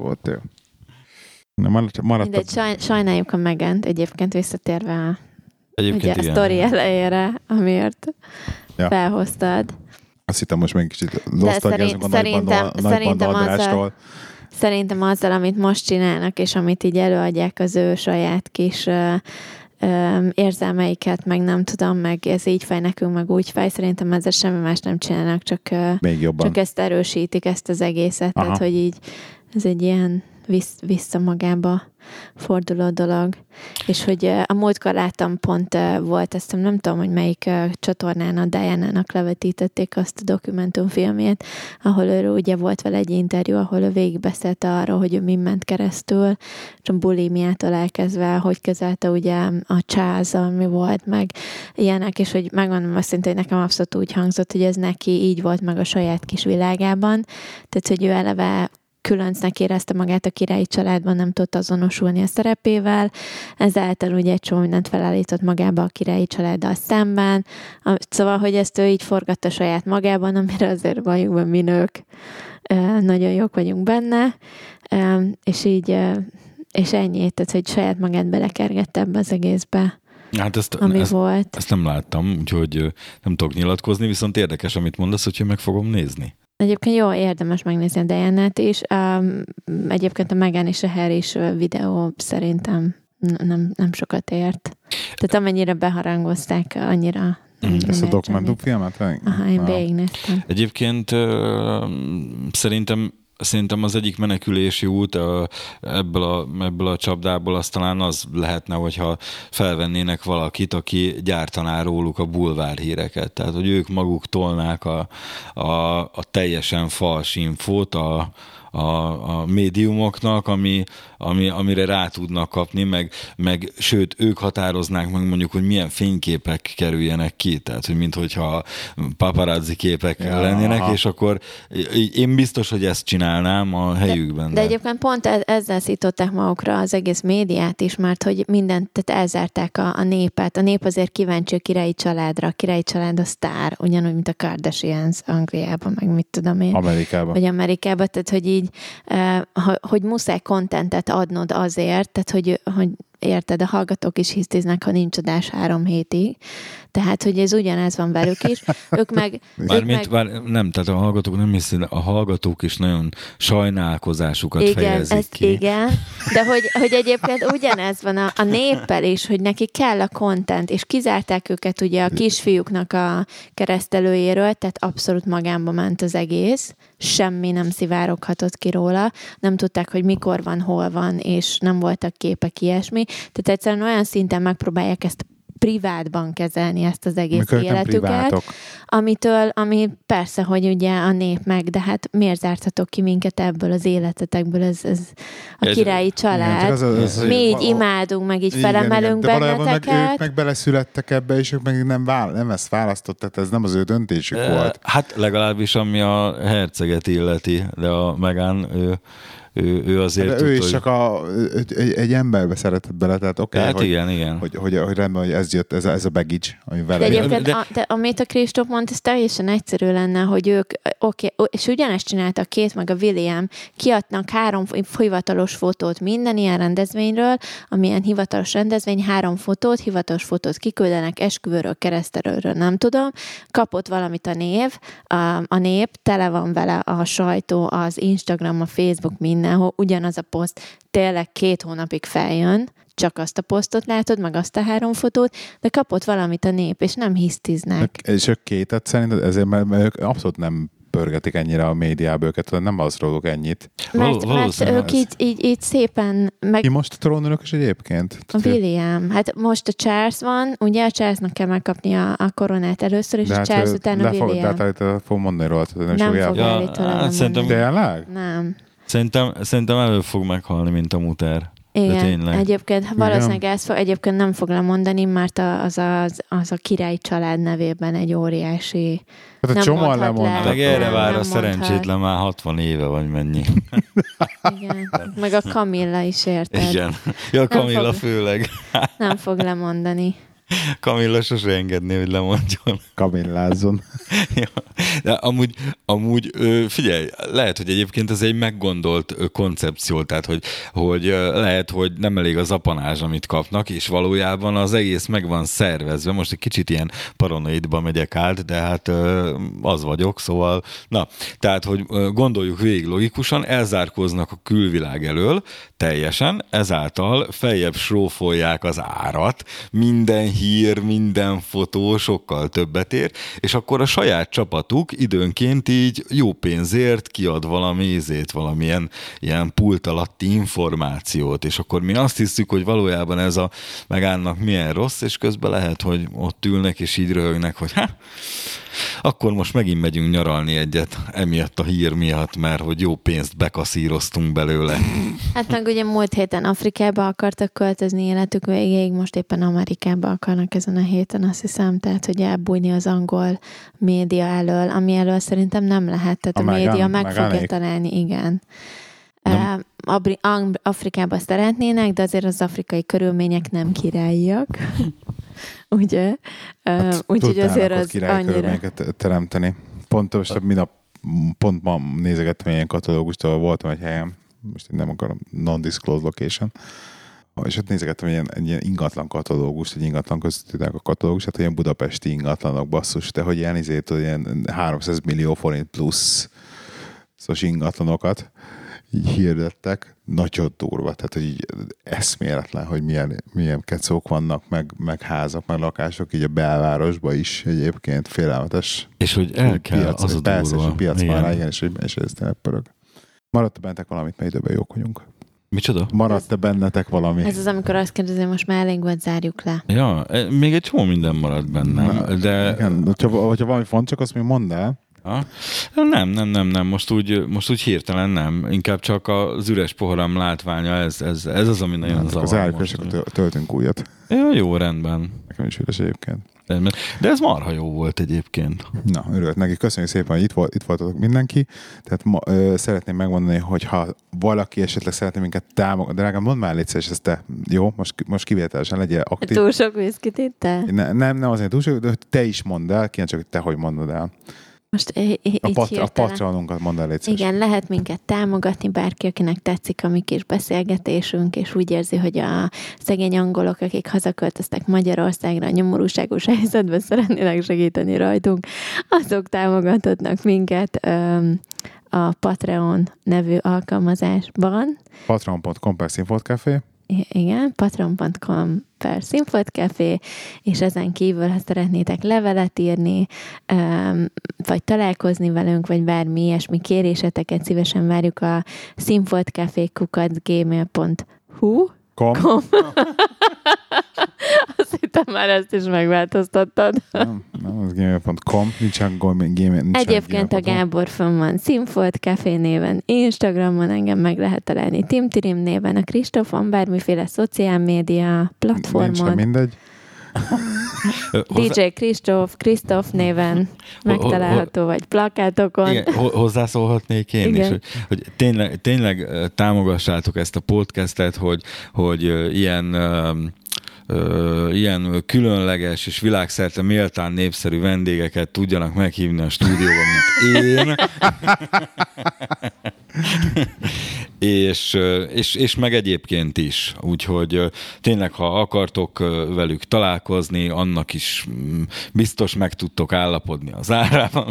Mindegy, sajnáljuk a Megent, egyébként visszatérve a sztori elejére, amiért felhoztad. Azt hittem, most meg kicsit nosztalgiázunk a Nagybanda Andrástól. Szerintem azzal, amit most csinálnak, és amit így előadják az ő saját kis érzelmeiket, meg nem tudom, meg ez így fáj nekünk, meg úgy fáj, szerintem ezzel semmi más nem csinálnak, csak ezt erősítik, ezt az egészet, tehát, hogy így ez egy ilyen vissza magába forduló dolog. És hogy a múltkor láttam pont volt, ezt nem tudom, hogy melyik csatornán a Diana-nak levetítették azt a dokumentumfilmét, ahol ő ugye volt vele egy interjú, ahol ő végigbeszélte arról, hogy ő mi ment keresztül, és a bulimiától elkezdve, hogy kezelte ugye a csáza, mi volt, meg ilyenek, és hogy megmondom azt szintén, hogy nekem abszolút úgy hangzott, hogy ez neki így volt meg a saját kis világában, tehát hogy ő eleve különcnek érezte magát a királyi családban, nem tudott azonosulni a szerepével, ezáltal ugye egy csomó mindent felállított magába a királyi családdal szemben, szóval, hogy ezt ő így forgatta saját magában, amire azért vagyunk mi nők, nagyon jók vagyunk benne, és így, és ennyi, tehát, hogy saját magát belekergette ebbe az egészbe. Hát volt. Ezt nem láttam, úgyhogy nem tudok nyilatkozni, viszont érdekes, amit mondasz, hogy meg fogom nézni. Egyébként jó, érdemes megnézni a Diana-t is. Egyébként a Meghan és a Harry is videó szerintem nem sokat ért. Tehát amennyire beharangozták, annyira ezt a dokumentumfilmet? Aha, én végignéztem. Egyébként szerintem az egyik menekülési út ebből a csapdából az talán az lehetne, hogyha felvennének valakit, aki gyártaná róluk a bulvárhíreket. Tehát, hogy ők maguk tolnák a teljesen fals infót a a médiumoknak, amire rá tudnak kapni, meg sőt, ők határoznák meg mondjuk, hogy milyen fényképek kerüljenek ki, tehát, hogy minthogyha paparazzi képek lennének, és akkor én biztos, hogy ezt csinálnám a helyükben. De egyébként pont ezzel szították magukra az egész médiát is, mert hogy mindent, tehát elzárták a népet. A nép azért kíváncsi a királyi családra. A királyi család a sztár, ugyanúgy, mint a Kardashians Angliában, meg mit tudom én. Amerikában. Vagy Amerikában, tehát hogy így, hogy muszáj kontentet adnod azért, tehát hogy érted, a hallgatók is hisztiznek, ha nincs adás 3 hétig. Tehát, hogy ez ugyanez van velük is. Ők meg... nem, tehát a hallgatók nem hisznek, a hallgatók is nagyon sajnálkozásukat fejezik ki. Igen, de hogy egyébként ugyanez van a néppel is, hogy neki kell a content, és kizárták őket ugye a kisfiúknak a keresztelőjéről, tehát abszolút magánba ment az egész, semmi nem szivároghatott ki róla, nem tudták, hogy mikor van, hol van, és nem voltak képek, ilyesmi. Tehát egyszerűen olyan szinten megpróbálják ezt privátban kezelni, ezt az egész mikor életüket, ami persze, hogy ugye a nép meg, de hát miért zártatok ki minket ebből az életetekből, ez a királyi család. Mi így imádunk, meg így felemelünk benneteket. Meg ők meg beleszülettek ebbe, és ők meg nem ezt választották, tehát ez nem az ő döntésük volt. Hát legalábbis ami a herceget illeti, de a Meghan ő azért de ő is csak egy emberbe szeretett bele, tehát oké, hát hogy, igen. Hogy rendben, hogy ez jött, ez a baggage, ami vele de egyébként, de amit a Kristóf mondta, ez teljesen egyszerű lenne, hogy ők, és ugyanezt csináltak Kate meg a William, kiadnak 3 hivatalos fotót minden ilyen rendezvényről, amilyen hivatalos rendezvény, 3 fotót, hivatalos fotót kiküldenek esküvőről, keresztelőről, nem tudom, kapott valamit a nép, tele van vele a sajtó, az Instagram, a Facebook, mindenhol, ugyanaz a poszt tényleg 2 hónapig feljön, csak azt a posztot látod, meg azt a 3 fotót, de kapott valamit a nép, és nem hisztiznek. És ők Kate-et szerinted ezért, mert ők abszolút nem pörgetik ennyire a médiába őket, nem az róluk ennyit. Mert ők így szépen... Ki most a trónörökös egyébként? A William. Hát most a Charles van, ugye a Charlesnak kell megkapni a koronát először, és a Charles után a William. De fog mondani róla, hogy nem fog állítólag mondani. Tényleg? Nem. Szerintem előbb fog meghalni, mint a muter. Igen, egyébként valószínűleg egyébként nem fog lemondani, mert az a királyi család nevében egy óriási... Hát a csomóan lemondhat. Meg erre vár a szerencsétlen már 60 éve, vagy mennyi. Igen, meg a Camilla is érted. Igen, a Camilla főleg. Nem fog lemondani. Camilla sose engedné, hogy lemondjon. Camillázzon. Ja. De amúgy figyelj, lehet, hogy egyébként ez egy meggondolt koncepció, tehát hogy lehet, hogy nem elég az apanázs, amit kapnak, és valójában az egész meg van szervezve. Most egy kicsit ilyen paranoidba megyek át, de hát az vagyok, szóval na, tehát, hogy gondoljuk végig logikusan, elzárkóznak a külvilág elől teljesen, ezáltal feljebb srófolják az árat, minden hír, minden fotó sokkal többet ér, és akkor a saját csapatuk időnként így jó pénzért kiad valamilyen ilyen pult alatti információt, és akkor mi azt hiszük, hogy valójában ez a Meghannak milyen rossz, és közben lehet, hogy ott ülnek, és így röhögnek, hogy akkor most megint megyünk nyaralni egyet, emiatt a hír miatt, mert hogy jó pénzt bekaszíroztunk belőle. Hát meg ugye múlt héten Afrikába akartak költözni életük végéig, most éppen Amerikába akarnak ezen a héten, azt hiszem, tehát hogy elbújni az angol média elől, ami elől szerintem nem lehet, tehát a média meg fogja találni, igen. Afrikába szeretnének, de azért az afrikai körülmények nem királyiak. Ugye? Hát, úgyhogy azért az annyira... teremteni. Pont ma nézegettem ilyen katalógust, ahol voltam egy helyen, most nem akarom, non-disclosed location, és ott nézegettem egy ilyen ingatlan katalógust, egy ingatlan közöttitek a katalógus, hát ilyen budapesti ingatlanok basszus, de hogy ilyen 300 millió forint plusz ingatlanokat így hirdettek, nagyon durva, tehát hogy így eszméletlen, hogy milyen kecók vannak, meg házak, meg lakások, így a belvárosban is egyébként félelmetes. És hogy el kell, piac, az a durva. Persze, és a piac van rá, igen, és ez tényleg pörög. Maradt-e bennetek valamit, mert időben jók vagyunk? Micsoda? Maradt-e bennetek valami? Ez az, amikor azt kérdezem, most már elég volt, zárjuk le. Ja, még egy csomó minden maradt bennem, de... Igen, hogyha valami fontos, csak azt még mondd el. Nem. Most úgy hirtelen nem. Inkább csak az üres poharam látványa, ez az, ami nagyon zavar. Az zárjuk, és akkor töltünk újat. Jó, rendben. Nekem is üres egyébként. De ez marha jó volt egyébként. Na, örülök neki. Köszönjük szépen, hogy itt voltatok mindenki. Tehát szeretném megmondani, hogy ha valaki esetleg szeretné minket támogatni, de legalább mondd már légy szíves, ezt te, jó? Most kivételesen legyél aktív. Túl sok viszkit ittál? Nem azért túl sok, de te is mondd el, kéne csak, hogy te hogy mondod el. Most a patronunkat mondd el, légy szíves. Igen, lehet minket támogatni, bárki, akinek tetszik a mi kis beszélgetésünk, és úgy érzi, hogy a szegény angolok, akik hazaköltöztek Magyarországra, a nyomorúságos helyzetben szeretnének segíteni rajtunk, azok támogathatnak minket a Patreon nevű alkalmazásban. Patreon.com/színfoltcafé. Igen, patreon.com/színfoltcafé, és ezen kívül, ha szeretnétek levelet írni, vagy találkozni velünk, vagy bármi ilyesmi kéréseteket, szívesen várjuk a színfoltcafé@gmail.hu. Azt hittem már ezt is megváltoztattad. Nem, az gmail.com, nincsen gmail. Egyébként a Gábor fönn van Színfolt Café néven, Instagramon engem meg lehet találni Timtirim néven, a Kristóf van bármiféle szociál média platformon. Nincsen mindegy. DJ Kristóf néven megtalálható, vagy plakátokon. Igen, hozzászólhatnék én is, hogy tényleg támogassátok ezt a podcastet, hogy ilyen különleges és világszerte méltán népszerű vendégeket tudjanak meghívni a stúdióba, mint én. és meg egyébként is. Úgyhogy tényleg, ha akartok velük találkozni, annak is biztos meg tudtok állapodni az árában.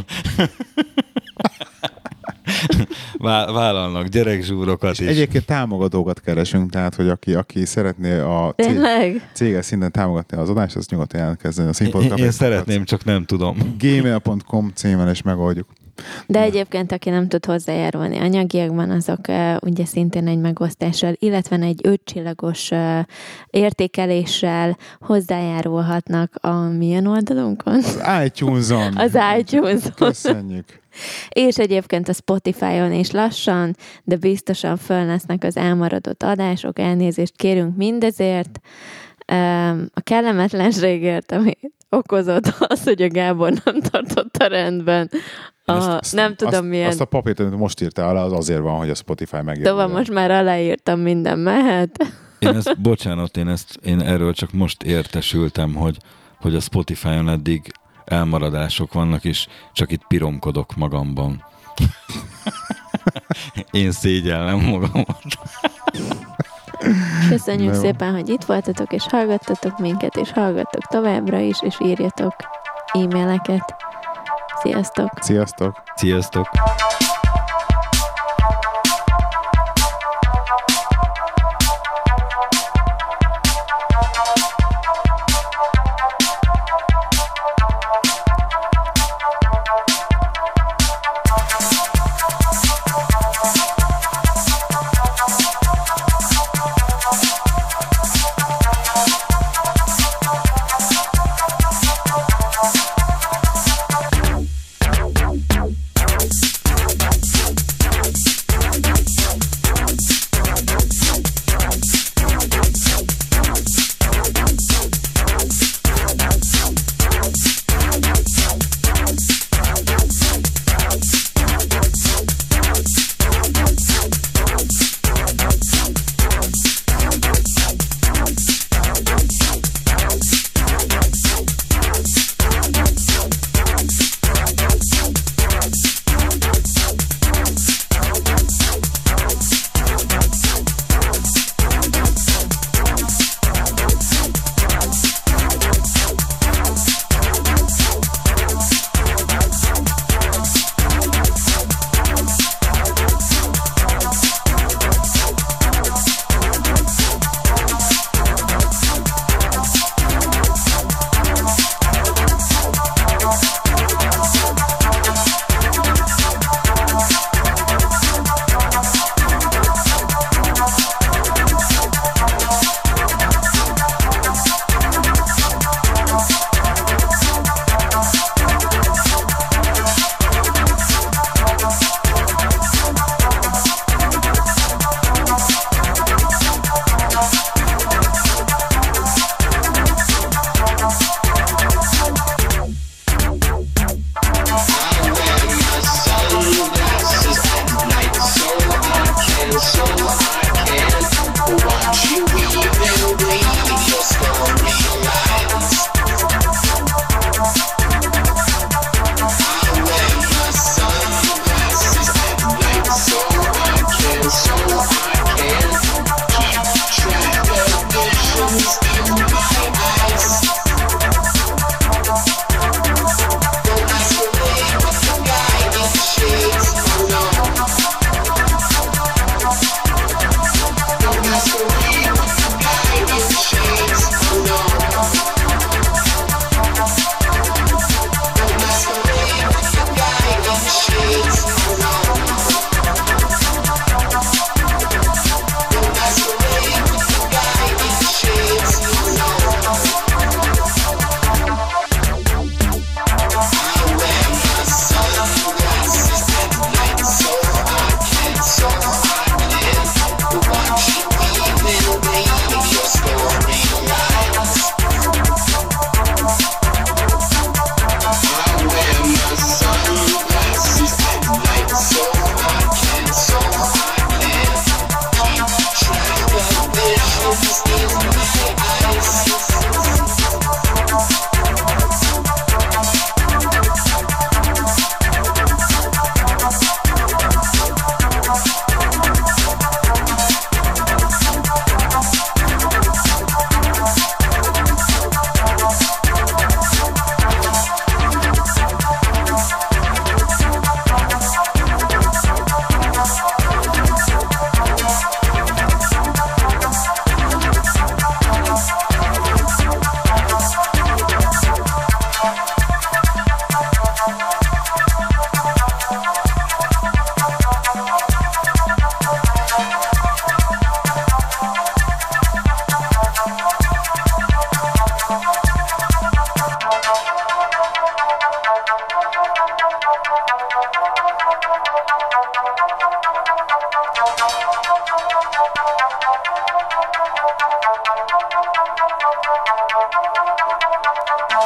Vállalnak gyerekzsúrokat is. Egyébként támogatókat keresünk, tehát, hogy aki szeretné a céges szinten támogatni az adást, az nyugodtan jelentkezzen a Színfolt. Én szeretném, csak nem tudom. Gmail.com címen is megoldjuk. De egyébként, aki nem tud hozzájárulni anyagiakban, azok ugye szintén egy megosztással, illetve egy 5 csillagos értékeléssel hozzájárulhatnak a milyen oldalunkon? Az iTunes-on. Az iTunes-on. Köszönjük. És egyébként a Spotify-on is lassan, de biztosan föl lesznek az elmaradott adások, elnézést kérünk mindezért. A kellemetlenségért, ami okozott az, hogy a Gábor nem tartotta rendben. Nem tudom milyen. Azt a papírt, amit most írtál alá, az azért van, hogy a Spotify megjelölje. Tovább most már aláírtam, minden mehet. Én erről csak most értesültem, hogy a Spotify-on eddig elmaradások vannak, és csak itt piromkodok magamban. Én szégyellem magamat. Köszönjük szépen, hogy itt voltatok, és hallgattatok minket, és hallgattok továbbra is, és írjatok e-maileket. Sziasztok! Sziasztok! Sziasztok!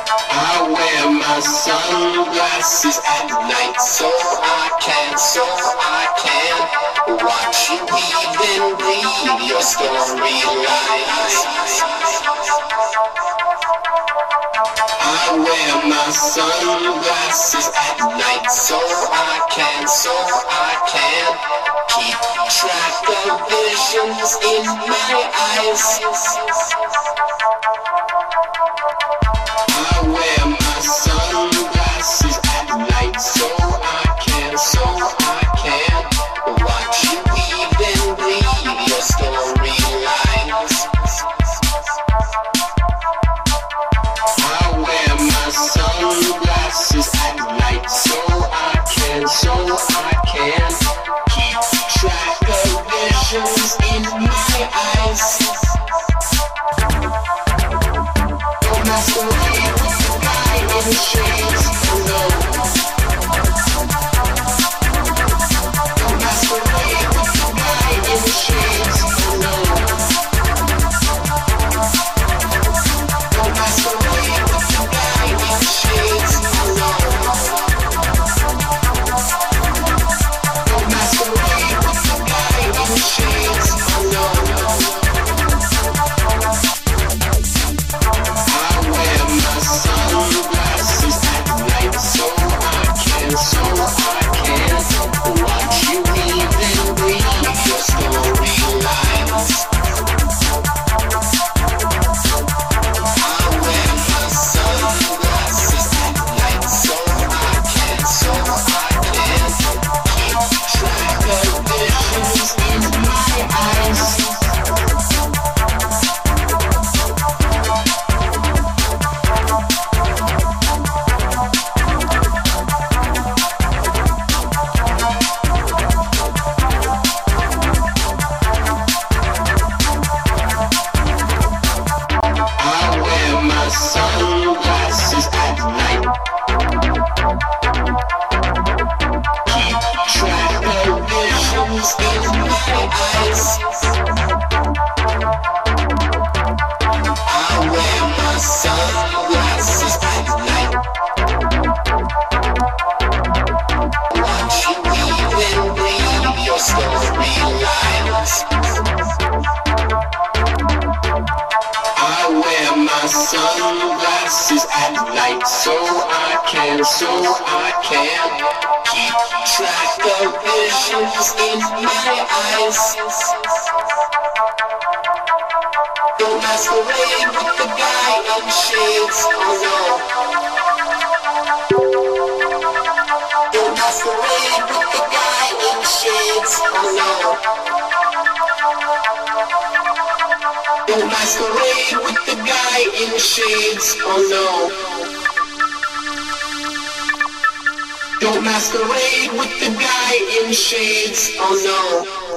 I wear my sunglasses at night so I can watch you weave and breathe your storylines. I wear my sunglasses at night so I can keep track of visions in my eyes. I wear my sunglasses at night so I can watch you weave and breathe your storylines. I wear my sunglasses at night so I can keep track of visions in my eyes. Don't masquerade with the guy in the shades, no. Don't masquerade with the guy in the shades, no. Don't masquerade with the guy in the shades, no. Don't masquerade with the guy in the shades, no. I wear my sunglasses at night so I can watch you weave and breathe your storylines. I wear my sunglasses at night so I can keep track of visions in my eyes. I wear my sunglasses at night. Keep track of visions in my eyes. I wear my sunglasses at night. Watch you weave and breathe your storylines. I wear my sunglasses at night so I can keep track of visions in my eyes. Don't masquerade with the guy in shades, oh no. Don't masquerade with the guy in shades, oh no. Don't masquerade with the guy in shades, oh no. Don't masquerade with the guy in shades, oh no.